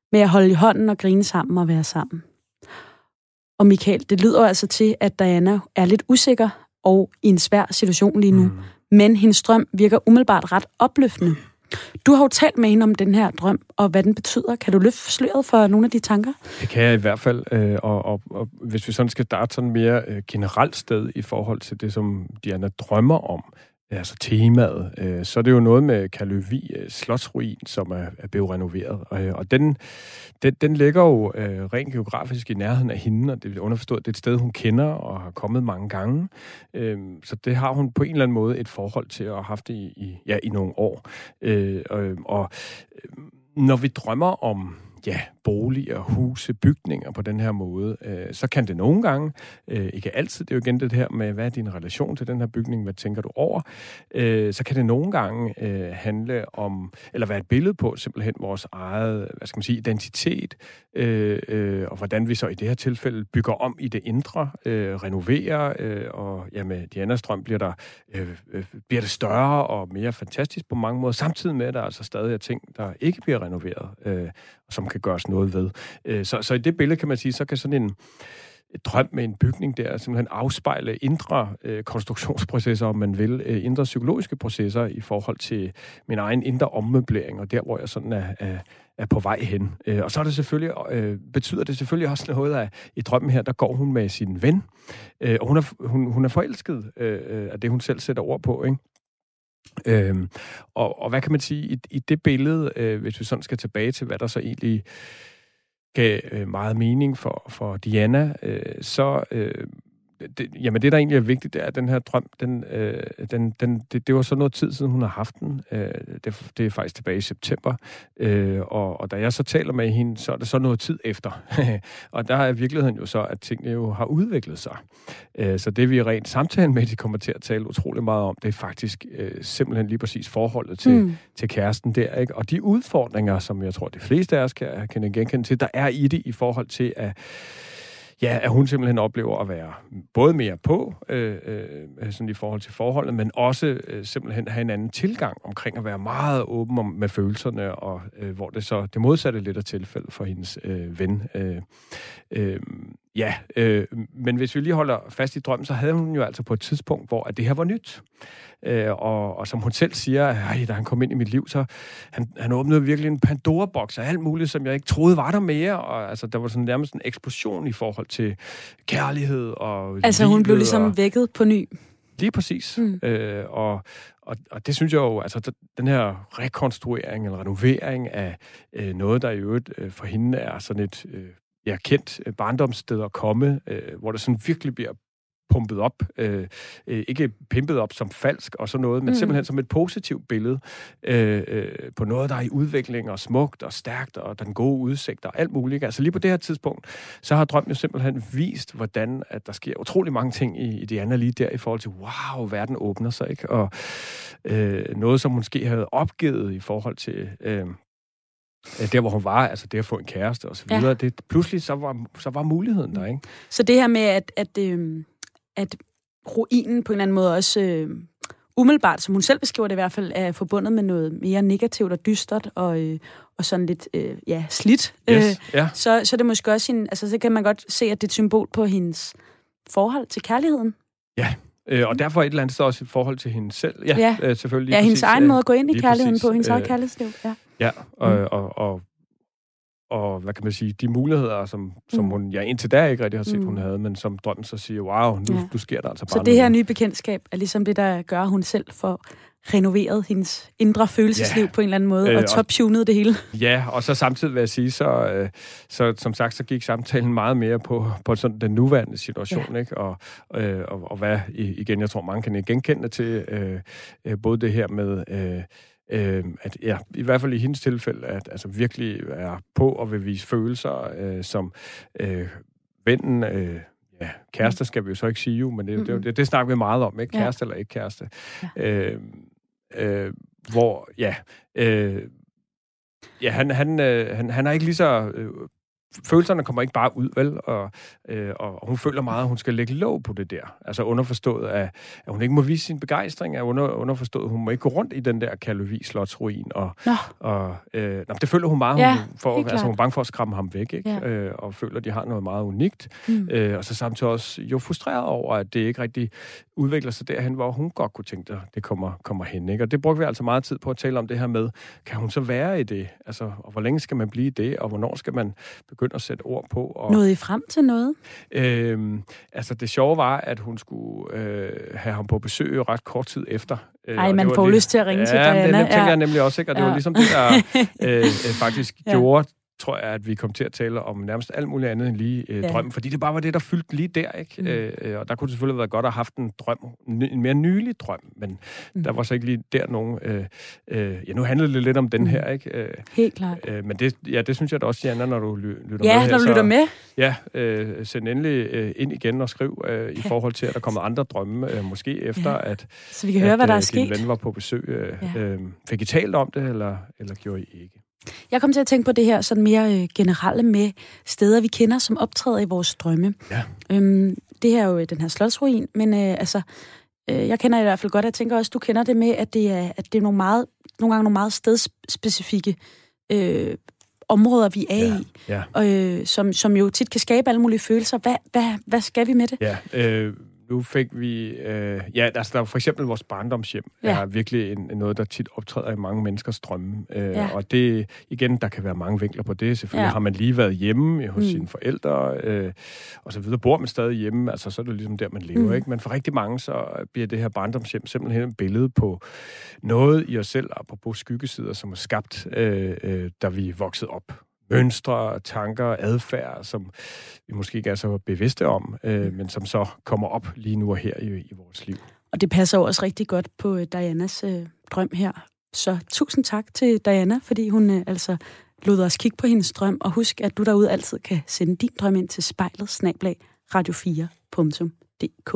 med at holde i hånden og grine sammen og være sammen. Og Michael, det lyder altså til, at Diana er lidt usikker og i en svær situation lige nu. Men hendes drøm virker umiddelbart ret opløftende. Du har jo talt med hende om den her drøm, og hvad den betyder. Kan du løfte sløret for nogle af de tanker? Det kan jeg i hvert fald, og hvis vi sådan skal starte sådan mere generelt sted i forhold til det, som Diana drømmer om, altså temaet, så er det jo noget med Karlovy slotsruin, som er blevet renoveret. Og den ligger jo rent geografisk i nærheden af hende, og det er underforstået, det er et sted, hun kender og har kommet mange gange. Så det har hun på en eller anden måde et forhold til at have haft i nogle år. Og når vi drømmer om boliger, huse, bygninger på den her måde, så kan det nogle gange, ikke altid, det er jo igen det her med, hvad er din relation til den her bygning, hvad tænker du over, så kan det nogle gange handle om, eller være et billede på simpelthen vores eget, hvad skal man sige, identitet, og hvordan vi så i det her tilfælde bygger om i det indre, renoverer, og med Dianas drøm bliver det større og mere fantastisk på mange måder, samtidig med, at der altså stadig er ting, der ikke bliver renoveret, som kan gøres noget ved. Så i det billede kan man sige, så kan sådan en drøm med en bygning der simpelthen afspejle indre konstruktionsprocesser, om man vil, indre psykologiske processer i forhold til min egen indre ommøblering, og der, hvor jeg sådan er på vej hen. Og så er det selvfølgelig, betyder det selvfølgelig også noget af, i drømmen her, der går hun med sin ven, og hun er forelsket af det, hun selv sætter ord på, ikke? Og hvad kan man sige i det billede, hvis vi sådan skal tilbage til, hvad der så egentlig gav meget mening for Diana, så det der egentlig er vigtigt, det er, at den her drøm, det var så noget tid siden, hun har haft den. Det er faktisk tilbage i september. Og da jeg så taler med hende, så er det så noget tid efter. Og der er virkeligheden jo så, at tingene jo har udviklet sig. Så det vi rent samtalen med, de kommer til at tale utrolig meget om, det er faktisk simpelthen lige præcis forholdet til kæresten der, ikke? Og de udfordringer, som jeg tror, de fleste af os kan genkende til, der er i det i forhold til, at hun simpelthen oplever at være både mere på, sådan i forhold til forholdet, men også simpelthen have en anden tilgang omkring at være meget åben med følelserne, og hvor det så det modsatte lidt er tilfældet for hendes ven. Men hvis vi lige holder fast i drømmen, så havde hun jo altså på et tidspunkt, hvor det her var nyt. Og som hun selv siger, da han kom ind i mit liv, så han åbnede virkelig en Pandora-boks af alt muligt, som jeg ikke troede var der mere. Og altså, der var sådan nærmest en eksplosion i forhold til kærlighed og altså hun blev ligesom vækket på ny. Lige præcis. Og det synes jeg jo, altså den her rekonstruering eller renovering af noget, der i øvrigt for hende er sådan et kendt barndomssted at komme, hvor det sådan virkelig bliver pumpet op, ikke pimpet op som falsk og sådan noget, men simpelthen som et positivt billede på noget, der er i udvikling og smukt og stærkt og den gode udsigt og alt muligt. Altså lige på det her tidspunkt, så har drømmen jo simpelthen vist, hvordan at der sker utrolig mange ting i Diana lige der i forhold til, wow, verden åbner sig, ikke? Og noget, som måske havde opgivet i forhold til der, hvor hun var, altså det at få en kæreste og så videre, det pludselig så var muligheden der, ikke? Så det her med, at ruinen på en eller anden måde også umiddelbart, som hun selv beskriver det i hvert fald, er forbundet med noget mere negativt og dystert og sådan lidt slidt. Yes, så det måske også så kan man godt se, at det er et symbol på hendes forhold til kærligheden. Ja. Og derfor et eller andet sted også et forhold til hende selv. Selvfølgelig. Ja, hendes egen måde at gå ind i kærligheden på, hendes eget kærlighedsliv. Ja, og hvad kan man sige, de muligheder, som hun indtil da ikke rigtig har set, hun havde, men som drømmen så siger, wow, nu sker der altså bare så det her nye bekendtskab er ligesom det, der gør, hun selv for renoveret hendes indre følelsesliv på en eller anden måde, og top-tunet det hele. Ja, og så samtidig vil jeg sige, så som sagt, så gik samtalen meget mere på sådan den nuværende situation, ikke? Og hvad, igen, jeg tror, mange kan genkende til både det her med at i hvert fald i hendes tilfælde, at altså virkelig er på og vil vise følelser, som vennen, kærester skal vi jo så ikke sige jo, men det snakker vi meget om, ikke? Kæreste eller ikke kæreste. Hvor, han er ikke lige så følelserne kommer ikke bare ud, vel? Og hun føler meget, at hun skal lægge låg på det der. Altså underforstået, at hun ikke må vise sin begejstring, at underforstået, at hun må ikke gå rundt i den der Karlovy Slotsruin. Det føler hun meget. Hun er bange for at skræmme ham væk, ikke? Ja. Og føler, at de har noget meget unikt. Og så samtidig også jo frustreret over, at det ikke rigtig udvikler sig derhen, hvor hun godt kunne tænke, at det kommer hen, ikke? Og det brugte vi altså meget tid på at tale om det her med, kan hun så være i det? Altså, og hvor længe skal man blive i det? Og hvornår skal man begynde at sætte ord på? Og nåede I frem til noget? Altså, det sjove var, at hun skulle have ham på besøg ret kort tid efter. Man får lyst til at ringe til Diana. Det tænker jeg nemlig også, ikke? Og det var ligesom det, der faktisk gjorde, tror jeg, at vi kom til at tale om nærmest alt muligt andet end lige drømmen, fordi det bare var det, der fyldte lige der, ikke? Og der kunne det selvfølgelig have været godt at have haft en drøm, en mere nylig drøm, men der var så ikke lige der nogen. Nu handlede det lidt om den her, ikke? Helt klart. Men det synes jeg da også, Diana, når du lytter med her. Ja, når du lytter med. Ja, send endelig ind igen og skriv i forhold til, at der kommer andre drømme, måske efter, at så vi kan høre, hvad der er sket. Din ven var på besøg. Fik I talt om det, eller gjorde I ikke? Jeg kom til at tænke på det her sådan mere generelle med steder, vi kender, som optræder i vores drømme. Ja. Det her er jo den her slotsruin, men jeg kender i hvert fald godt, jeg tænker også, du kender det med, at det er nogle gange nogle meget stedspecifikke områder, vi er i, som jo tit kan skabe alle mulige følelser. Hvad skal vi med det? Ja, nu fik vi... der er for eksempel vores barndomshjem, er virkelig noget, der tit optræder i mange menneskers drømme. Og det, igen, der kan være mange vinkler på det. Selvfølgelig har man lige været hjemme hos sine forældre, og så videre. Bor man stadig hjemme, altså så er det ligesom der, man lever, ikke? Men for rigtig mange, så bliver det her barndomshjem simpelthen et billede på noget i os selv, apropos skyggesider, som er skabt, da vi voksede op. Mønstre, tanker, adfærd, som vi måske ikke er så bevidste om, men som så kommer op lige nu og her i vores liv. Og det passer også rigtig godt på Dianas drøm her. Så tusind tak til Diana, fordi hun altså lod os kigge på hendes drøm, og husk, at du derude altid kan sende din drøm ind til spejlet@radio4.dk.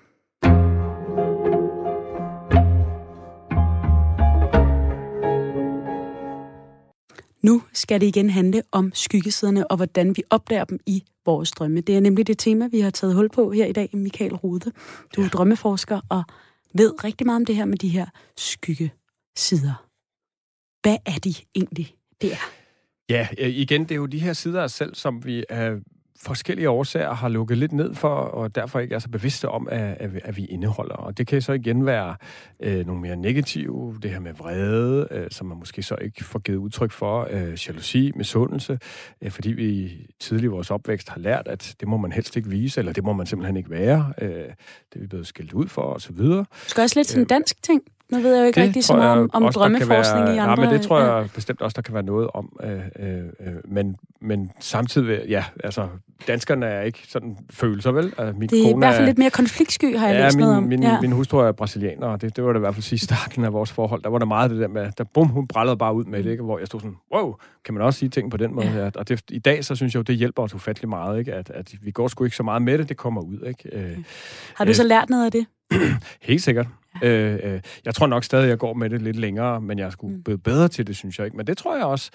Nu skal det igen handle om skyggesiderne og hvordan vi opdager dem i vores drømme. Det er nemlig det tema, vi har taget hul på her i dag, Michael Rode. Du er drømmeforsker og ved rigtig meget om det her med de her skyggesider. Hvad er de egentlig? Det er. Ja, igen, det er jo de her sider af os selv, som vi forskellige årsager har lukket lidt ned for, og derfor ikke er så bevidste om, at vi indeholder. Og det kan så igen være nogle mere negative, det her med vrede, som man måske så ikke får givet udtryk for, jalousi, misundelse, fordi vi tidligt i vores opvækst har lært, at det må man helst ikke vise, eller det må man simpelthen ikke være. Det er vi blevet skilt ud for, og så videre. Skal også lidt sådan en dansk ting? Nu ved jeg jo ikke rigtig så meget om drømmeforskning i andre... Ja, men det tror jeg bestemt også, der kan være noget om. Men samtidig, altså, danskerne er ikke sådan følelser, vel? Det er i hvert fald lidt mere konfliktsky, har jeg læst noget om. Min hustru er brasilianer, og det var det i hvert fald sidste starten af vores forhold. Der var der meget det der med, hun brællede bare ud med det, ikke? Hvor jeg stod sådan, wow, kan man også sige ting på den måde? Ja. Og i dag, så synes jeg jo, det hjælper os ufattelig meget, ikke? At vi går sgu ikke så meget med det kommer ud, ikke? Har du så lært noget af det? Helt sikkert. Jeg tror nok stadig, jeg går med det lidt længere, men jeg er sgu blevet bedre til det, synes jeg ikke. Men det tror jeg også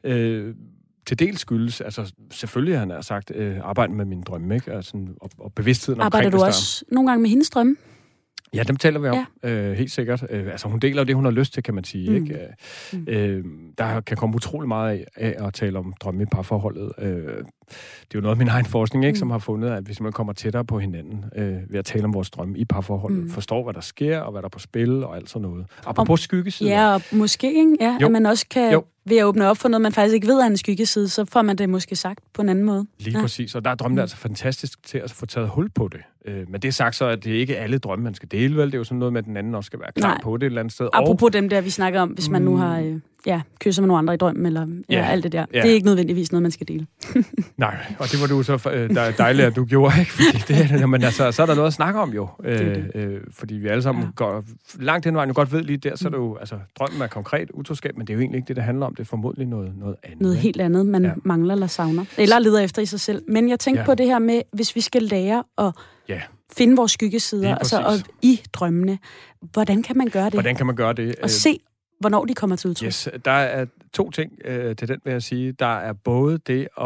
til dels skyldes, altså selvfølgelig, han har sagt, arbejde med mine drømme, ikke? Altså, og bevidstheden omkring det. Arbejder du også nogle gange med hendes drømme? Ja, dem taler vi om, helt sikkert. Altså, hun deler jo det, hun har lyst til, kan man sige. Ikke? Der kan komme utrolig meget af at tale om drømme i parforholdet. Det er jo noget af min egen forskning, ikke, som har fundet, at hvis man kommer tættere på hinanden ved at tale om vores drømme i parforholdet, forstår, hvad der sker, og hvad der er på spil, og alt sådan noget. Apropos skyggesider. Ja, og måske, ikke? Ja, at man også kan... Ved at åbne op for noget, man faktisk ikke ved er en skyggeside, så får man det måske sagt på en anden måde. Lige præcis, og der er drømmene altså fantastisk til at få taget hul på det. Men det er sagt så, at det ikke er alle drømme, man skal dele, vel? Det er jo sådan noget med, at den anden også skal være klar på det et eller andet sted. Apropos dem der, vi snakker om, hvis man nu har kysser med nogle andre i drømmen, eller alt det der. Ja. Det er ikke nødvendigvis noget, man skal dele. Nej, og det var du så dejligt, at du gjorde, ikke? Fordi det, men altså, så er der noget at snakke om jo. Fordi vi alle sammen går langt hen vejen jo godt ved lige der, så er det jo, altså, drømmen er konkret utroskab, men det er jo egentlig ikke det, det handler om. Det er formodentlig noget andet. Noget helt andet, man mangler eller savner. Eller leder efter i sig selv. Men jeg tænker på det her med, hvis vi skal lære at finde vores skyggesider, altså og i drømmene. Hvordan kan man gøre det? Hvordan kan man gøre det? Og se, hvornår de kommer til udtryk. Yes, der er to ting til den, vil jeg sige. Der er både det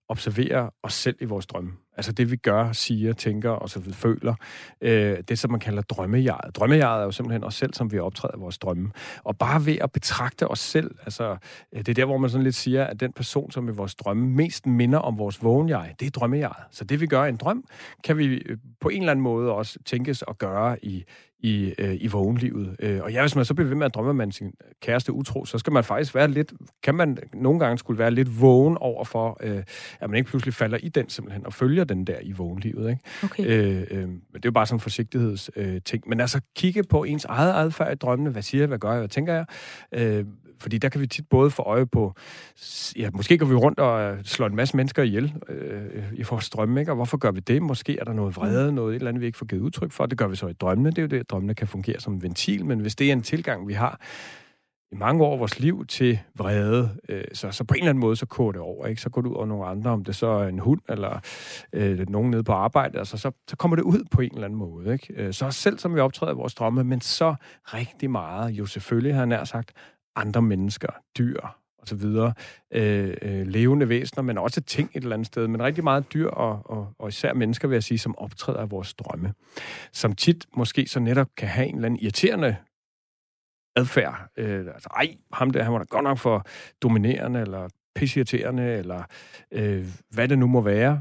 observere os selv i vores drømme. Altså det, vi gør, siger, tænker og så videre, føler. Det, som man kalder drømmejeget. Drømmejeget er jo simpelthen os selv, som vi optræder vores drømme. Og bare ved at betragte os selv, altså det er der, hvor man sådan lidt siger, at den person, som i vores drømme mest minder om vores vågenjeg, det er drømmejeget. Så det, vi gør i en drøm, kan vi på en eller anden måde også tænkes og gøre i vågenlivet. Og ja, hvis man så bliver ved med at drømme, at sin kæreste utro, så skal man faktisk være lidt, kan man nogle gange skulle være lidt vågen over for, at man ikke pludselig falder i den simpelthen, og følger den der i vågenlivet. Ikke? Okay. Det er jo bare sådan en forsigtighedsting. Men altså, kigge på ens eget adfærd i drømmene. Hvad siger jeg? Hvad gør jeg? Hvad tænker jeg? Fordi der kan vi tit både få øje på, ja, måske går vi rundt og slår en masse mennesker ihjel i vores drømme, ikke? Og hvorfor gør vi det? Måske er der noget vrede, noget et eller andet, vi ikke får givet udtryk for. Det gør vi så i drømmene. Det er jo det, drømmene kan fungere som en ventil. Men hvis det er en tilgang, vi har i mange år af vores liv til vrede, så på en eller anden måde, så koger det over, ikke? Så går det ud over nogle andre, om det så er en hund, eller nogen nede på arbejde, altså så kommer det ud på en eller anden måde, ikke? Så selv som vi optræder i vores drømme, men så rigtig meget, jo selvfølgelig har jeg nær sagt, andre mennesker, dyr og så videre, levende væsener, men også ting et eller andet sted, men rigtig meget dyr og især mennesker, vil jeg sige, som optræder af vores drømme, som tit måske så netop kan have en eller anden irriterende adfærd. Altså, ham der, han var da godt nok for dominerende, eller pissirriterende, eller hvad det nu må være.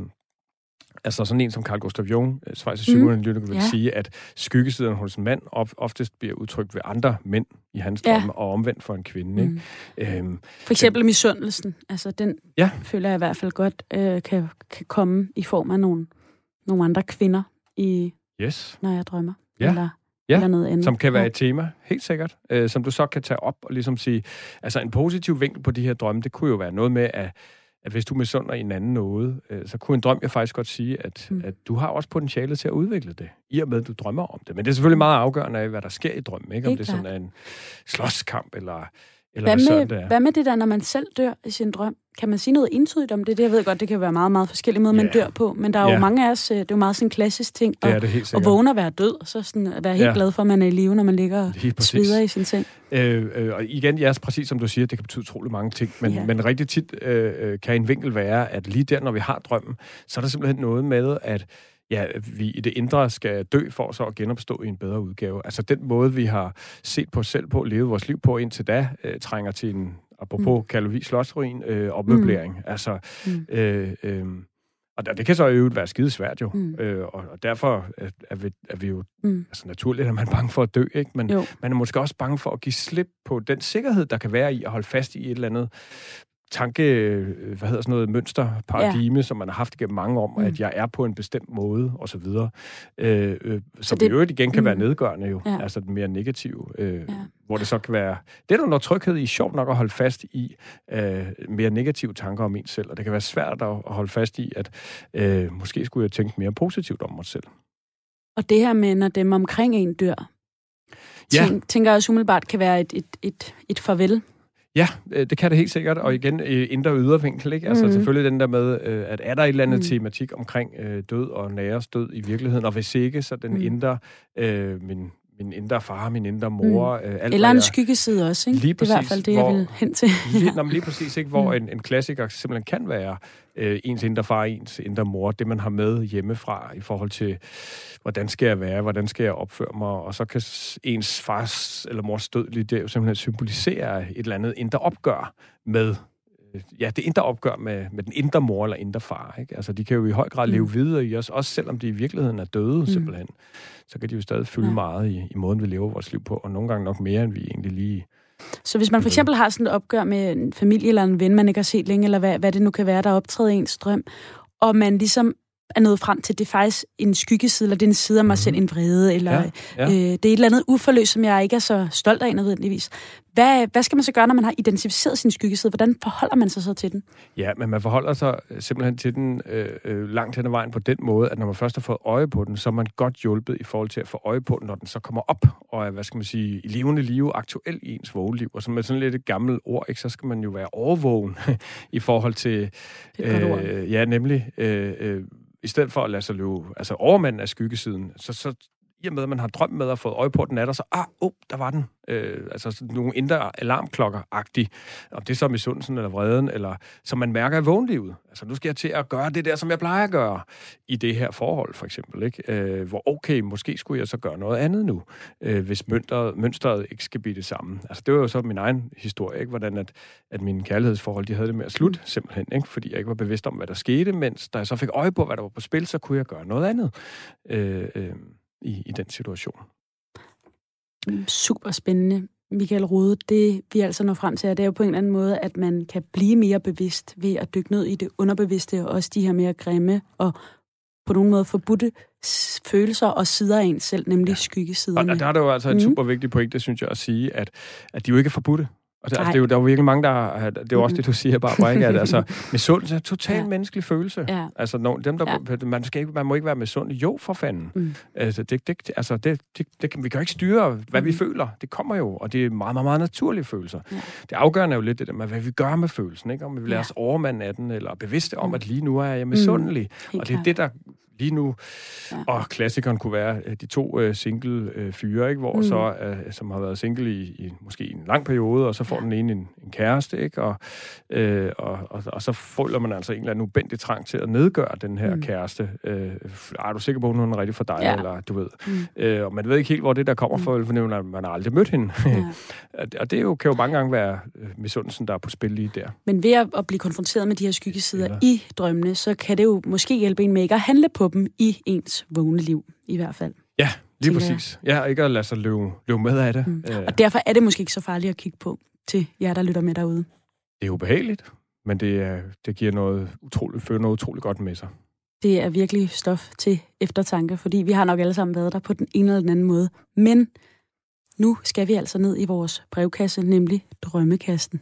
Altså sådan en som Carl Gustav Jung, svejser psykoanalytiker, vil sige, at skyggesiden hos en mand oftest bliver udtrykt ved andre mænd i hans drømme, og omvendt for en kvinde. Ikke? For eksempel misundelsen. Altså den føler jeg i hvert fald godt kan komme i form af nogle andre kvinder, når jeg drømmer. Eller noget andet. Som kan være et tema, helt sikkert, som du så kan tage op og ligesom sige, altså en positiv vinkel på de her drømme, det kunne jo være noget med, at hvis du misunder en anden noget, så kunne en drøm jo faktisk godt sige, at du har også potentiale til at udvikle det, i og med, at du drømmer om det. Men det er selvfølgelig meget afgørende af, hvad der sker i drømmen, ikke? Om det sådan er en slåskamp, eller hvad med det der, når man selv dør i sin drøm? Kan man sige noget entydigt om det? Det jeg ved godt, det kan være meget, meget forskellige måder, man dør på, men der er jo mange af os, det er jo meget sådan en klassisk ting, at vågne og være død, og så sådan at være helt glad for, at man er i live, når man ligger og svider i sin seng. Og igen, præcis som du siger, det kan betyde utrolig mange ting, men rigtig tit kan en vinkel være, at lige der, når vi har drømmen, så er der simpelthen noget med, at vi i det indre skal dø for så at genopstå i en bedre udgave. Altså den måde, vi har set på os selv på, levet vores liv på indtil da, trænger til en, apropos Karlovy Slotsruin, opmøblering. Altså, og det kan så i øvrigt være skidesvært jo. Og derfor er vi jo altså naturligt, at man er bange for at dø, ikke? Men man er måske også bange for at give slip på den sikkerhed, der kan være i at holde fast i et eller andet mønsterparadigme, som man har haft igennem mange år, at jeg er på en bestemt måde, og så videre. Som i øvrigt igen kan være nedgørende jo, altså den mere negative, hvor det så kan være, det er der noget tryghed i, sjovt nok at holde fast i mere negative tanker om en selv, og det kan være svært at holde fast i, at måske skulle jeg tænke mere positivt om mig selv. Og det her med, når dem omkring en dør, tænker jeg også umiddelbart kan være et farvel. Ja, det kan det helt sikkert, og igen, indre og ydre vinkel, ikke? Altså selvfølgelig den der med, at er der et eller andet tematik omkring død og næres død i virkeligheden, og hvis ikke, så den indre, min indre far, min indre mor. Alt, eller en skyggeside også, ikke? Lige præcis, det er i hvert fald det, jeg vil hen til. Lige præcis, ikke? Hvor en klassiker simpelthen kan være ens indre far, ens indre mor, det man har med hjemmefra i forhold til, hvordan skal jeg være, hvordan skal jeg opføre mig, og så kan ens fars eller mors død lige der jo simpelthen symbolisere et eller andet indre opgør med det indre opgør med den indre mor eller indre far, ikke? Altså, de kan jo i høj grad leve videre i os, også selvom de i virkeligheden er døde, simpelthen. Så kan de jo stadig fylde meget i måden, vi lever vores liv på, og nogle gange nok mere, end vi egentlig lige... Så hvis man for eksempel har sådan et opgør med en familie eller en ven, man ikke har set længe, eller hvad det nu kan være, der optræder ens drøm, og man ligesom er nået frem til, det er faktisk en skyggeside, eller det er en side af mig selv, en vrede, eller det er et eller andet uforløst, som jeg ikke er så stolt af nødvendigvis. Hvad skal man så gøre, når man har identificeret sin skyggeside? Hvordan forholder man sig så til den? Ja, men man forholder sig simpelthen til den langt hen ad vejen på den måde, at når man først har fået øje på den, så er man godt hjulpet i forhold til at få øje på den, når den så kommer op og er, i levende liv, aktuel i ens vågenliv. Og som er sådan lidt et gammelt ord, ikke, så skal man jo være overvågen i forhold til... nemlig... I stedet for at lade sig løbe, altså overmanden af skyggesiden, så i og med, at man har drømt med og fået øje på, den er der, så, der var den. Altså nogle indre alarmklokker-agtige, om det er så misundelsen eller vreden, eller som man mærker i vågenlivet. Altså, nu skal jeg til at gøre det der, som jeg plejer at gøre i det her forhold, for eksempel. Ikke? Hvor okay, måske skulle jeg så gøre noget andet nu, hvis mønstret ikke skal blive det samme. Altså, det var jo så min egen historie, ikke? Hvordan at mine kærlighedsforhold, de havde det med at slutte, simpelthen, ikke? Fordi jeg ikke var bevidst om, hvad der skete, mens da jeg så fik øje på, hvad der var på spil, så kunne jeg gøre noget andet i den situation. Super spændende. Michael Rode, det vi altså når frem til, det er jo på en eller anden måde, at man kan blive mere bevidst ved at dykke ned i det underbevidste, og også de her mere grimme og på nogen måde forbudte følelser og sider af en selv, nemlig skyggesiderne. Og der er det jo altså en super vigtig pointe, synes jeg, at sige, at de jo ikke er forbudte. Og der er jo virkelig mange, der har, det er jo også det, du siger, Barbara, ikke? At altså, misundelse er total menneskelig følelse. Ja. Altså, dem, der, man må ikke være misundelig. Jo, for fanden. Altså, vi kan jo ikke styre, hvad vi føler. Det kommer jo, og det er meget, meget, meget naturlige følelser. Ja. Det afgørende er jo lidt det der med, hvad vi gør med følelsen, ikke? Om vi vil lade os overmande af den, eller bevidste om, at lige nu er jeg misundelig. Og det er det, der lige nu, og klassikeren kunne være de 2 single fyre, ikke? Hvor så, som har været single i måske en lang periode, og så får den ene en kæreste, ikke? Og så føler man altså en eller anden ubendig trang til at nedgøre den her kæreste. Er du sikker på, at hun er rigtig for dig, eller du ved. Og man ved ikke helt, hvor det der kommer fra, for man har aldrig mødt hende. Og det kan jo mange gange være misundelsen, der er på spil lige der. Men ved at blive konfronteret med de her skyggesider i drømmene, så kan det jo måske hjælpe en med ikke at handle på dem i ens vågne liv, i hvert fald. Ja, lige præcis. Ja, ikke at lade sig løbe med af det. Og derfor er det måske ikke så farligt at kigge på til jer, der lytter med derude. Det er ubehageligt, men det giver noget utroligt godt med sig. Det er virkelig stof til eftertanke, fordi vi har nok alle sammen været der på den ene eller den anden måde. Men nu skal vi altså ned i vores brevkasse, nemlig drømmekassen.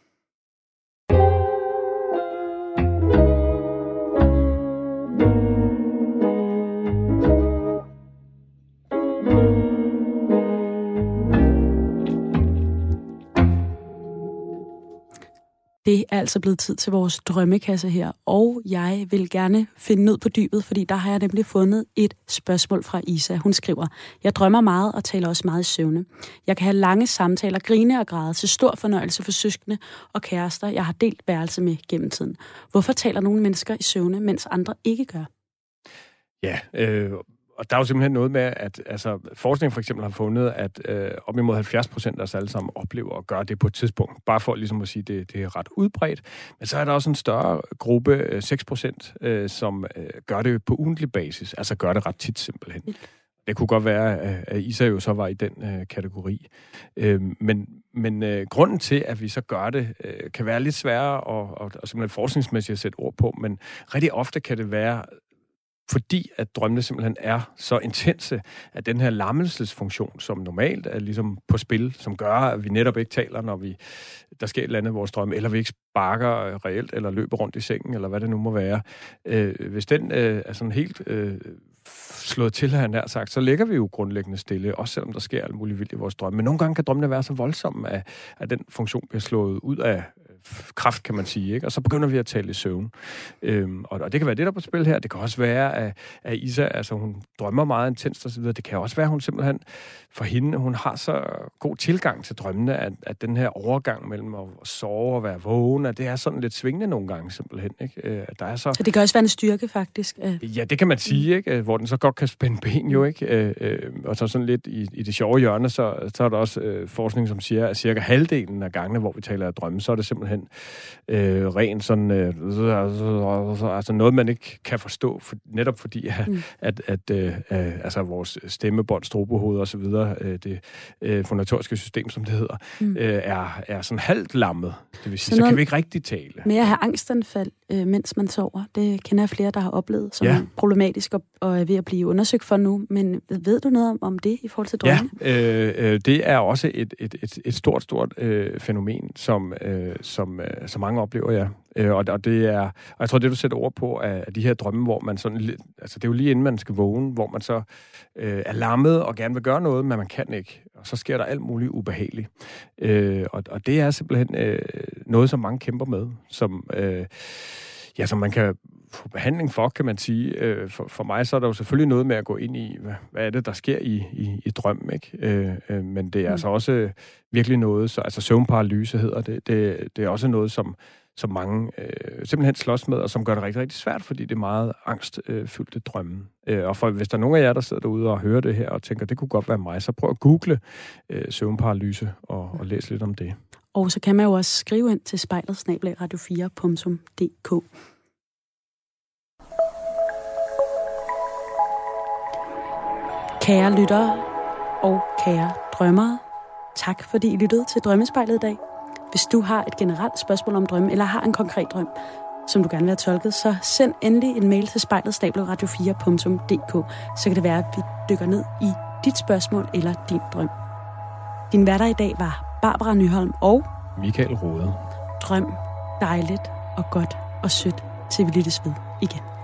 Det er altså blevet tid til vores drømmekasse her, og jeg vil gerne finde ned på dybet, fordi der har jeg nemlig fundet et spørgsmål fra Isa. Hun skriver, jeg drømmer meget og taler også meget i søvne. Jeg kan have lange samtaler, grine og græde til stor fornøjelse for søskende og kærester, jeg har delt værelse med gennem tiden. Hvorfor taler nogle mennesker i søvne, mens andre ikke gør? Ja, og der er jo simpelthen noget med, at altså, forskning for eksempel har fundet, at op imod 70% af os alle sammen oplever at gøre det på et tidspunkt. Bare for ligesom at sige, det er ret udbredt. Men så er der også en større gruppe, 6%, som gør det på ugentlig basis. Altså gør det ret tit simpelthen. Det kunne godt være, at Isa jo så var i den kategori. Men grunden til, at vi så gør det, kan være lidt sværere og simpelthen forskningsmæssigt at sætte ord på. Men rigtig ofte kan det være, fordi at drømmene simpelthen er så intense, at den her lammelsesfunktion, som normalt er ligesom på spil, som gør, at vi netop ikke taler, når der sker et eller andet i vores drømme, eller vi ikke sparker reelt, eller løber rundt i sengen, eller hvad det nu må være. Hvis den er sådan helt slået til, har han nær sagt, så ligger vi jo grundlæggende stille, også selvom der sker alt muligt vildt i vores drømme. Men nogle gange kan drømmene være så voldsomme, at den funktion bliver slået ud af kraft, kan man sige, ikke? Og så begynder vi at tale i søvn. Og det kan være det, der er på spil her. Det kan også være, at Isa, altså hun drømmer meget intenst og så videre. Det kan også være, at hun simpelthen, for hende, hun har så god tilgang til drømmene, at den her overgang mellem at sove og være vågen, at det er sådan lidt svingende nogle gange, simpelthen, ikke? Der er så det kan også være en styrke, faktisk. Ja, det kan man sige, ikke? Hvor den så godt kan spænde ben, jo, ikke? Og så sådan lidt i det sjove hjørne, så er der også forskning, som siger, at cirka halvdelen af gangene, hvor vi taler af drømme, så er det simpelthen ren sådan altså noget, man ikke kan forstå, netop fordi at altså vores stemmebånd, strobohoved og så videre, det fonatoriske system, som det hedder, er sådan halvt lammet. Det vil sige, så kan vi ikke rigtig tale. Med at have angstanfald, mens man sover, det kender jeg flere, der har oplevet som problematisk og er ved at blive undersøgt for nu. Men ved du noget om det i forhold til drømme? Ja, det er også et stort fænomen, som mange oplever, ja. Og det er, og jeg tror, det du sætter ord på, er de her drømme, hvor man sådan, altså det er jo lige inden man skal vågne, hvor man så er lammet og gerne vil gøre noget, men man kan ikke. Og så sker der alt muligt ubehageligt. Og det er simpelthen noget, som mange kæmper med, som som man kan få behandling for, kan man sige. For mig så er der jo selvfølgelig noget med at gå ind i, hvad er det, der sker i drømmen, ikke? Men det er altså også virkelig noget, altså søvnparalyse hedder det. Det er også noget, som mange simpelthen slås med, og som gør det rigtig, rigtig svært, fordi det er meget angstfyldte drømme. Og hvis der er nogen af jer, der sidder derude og hører det her, og tænker, det kunne godt være mig, så prøv at google søvnparalyse og læs lidt om det. Og så kan man jo også skrive ind til spejlet@radio4.dk. Kære lyttere og kære drømmere, tak fordi I lyttede til Drømmespejlet i dag. Hvis du har et generelt spørgsmål om drømme, eller har en konkret drøm, som du gerne vil have tolket, så send endelig en mail til spejlet@radio4.dk, så kan det være, at vi dykker ned i dit spørgsmål eller din drøm. Din værter i dag var Barbara Nyholm og Michael Rode. Drøm dejligt og godt og sødt, til vi lyttes ved igen.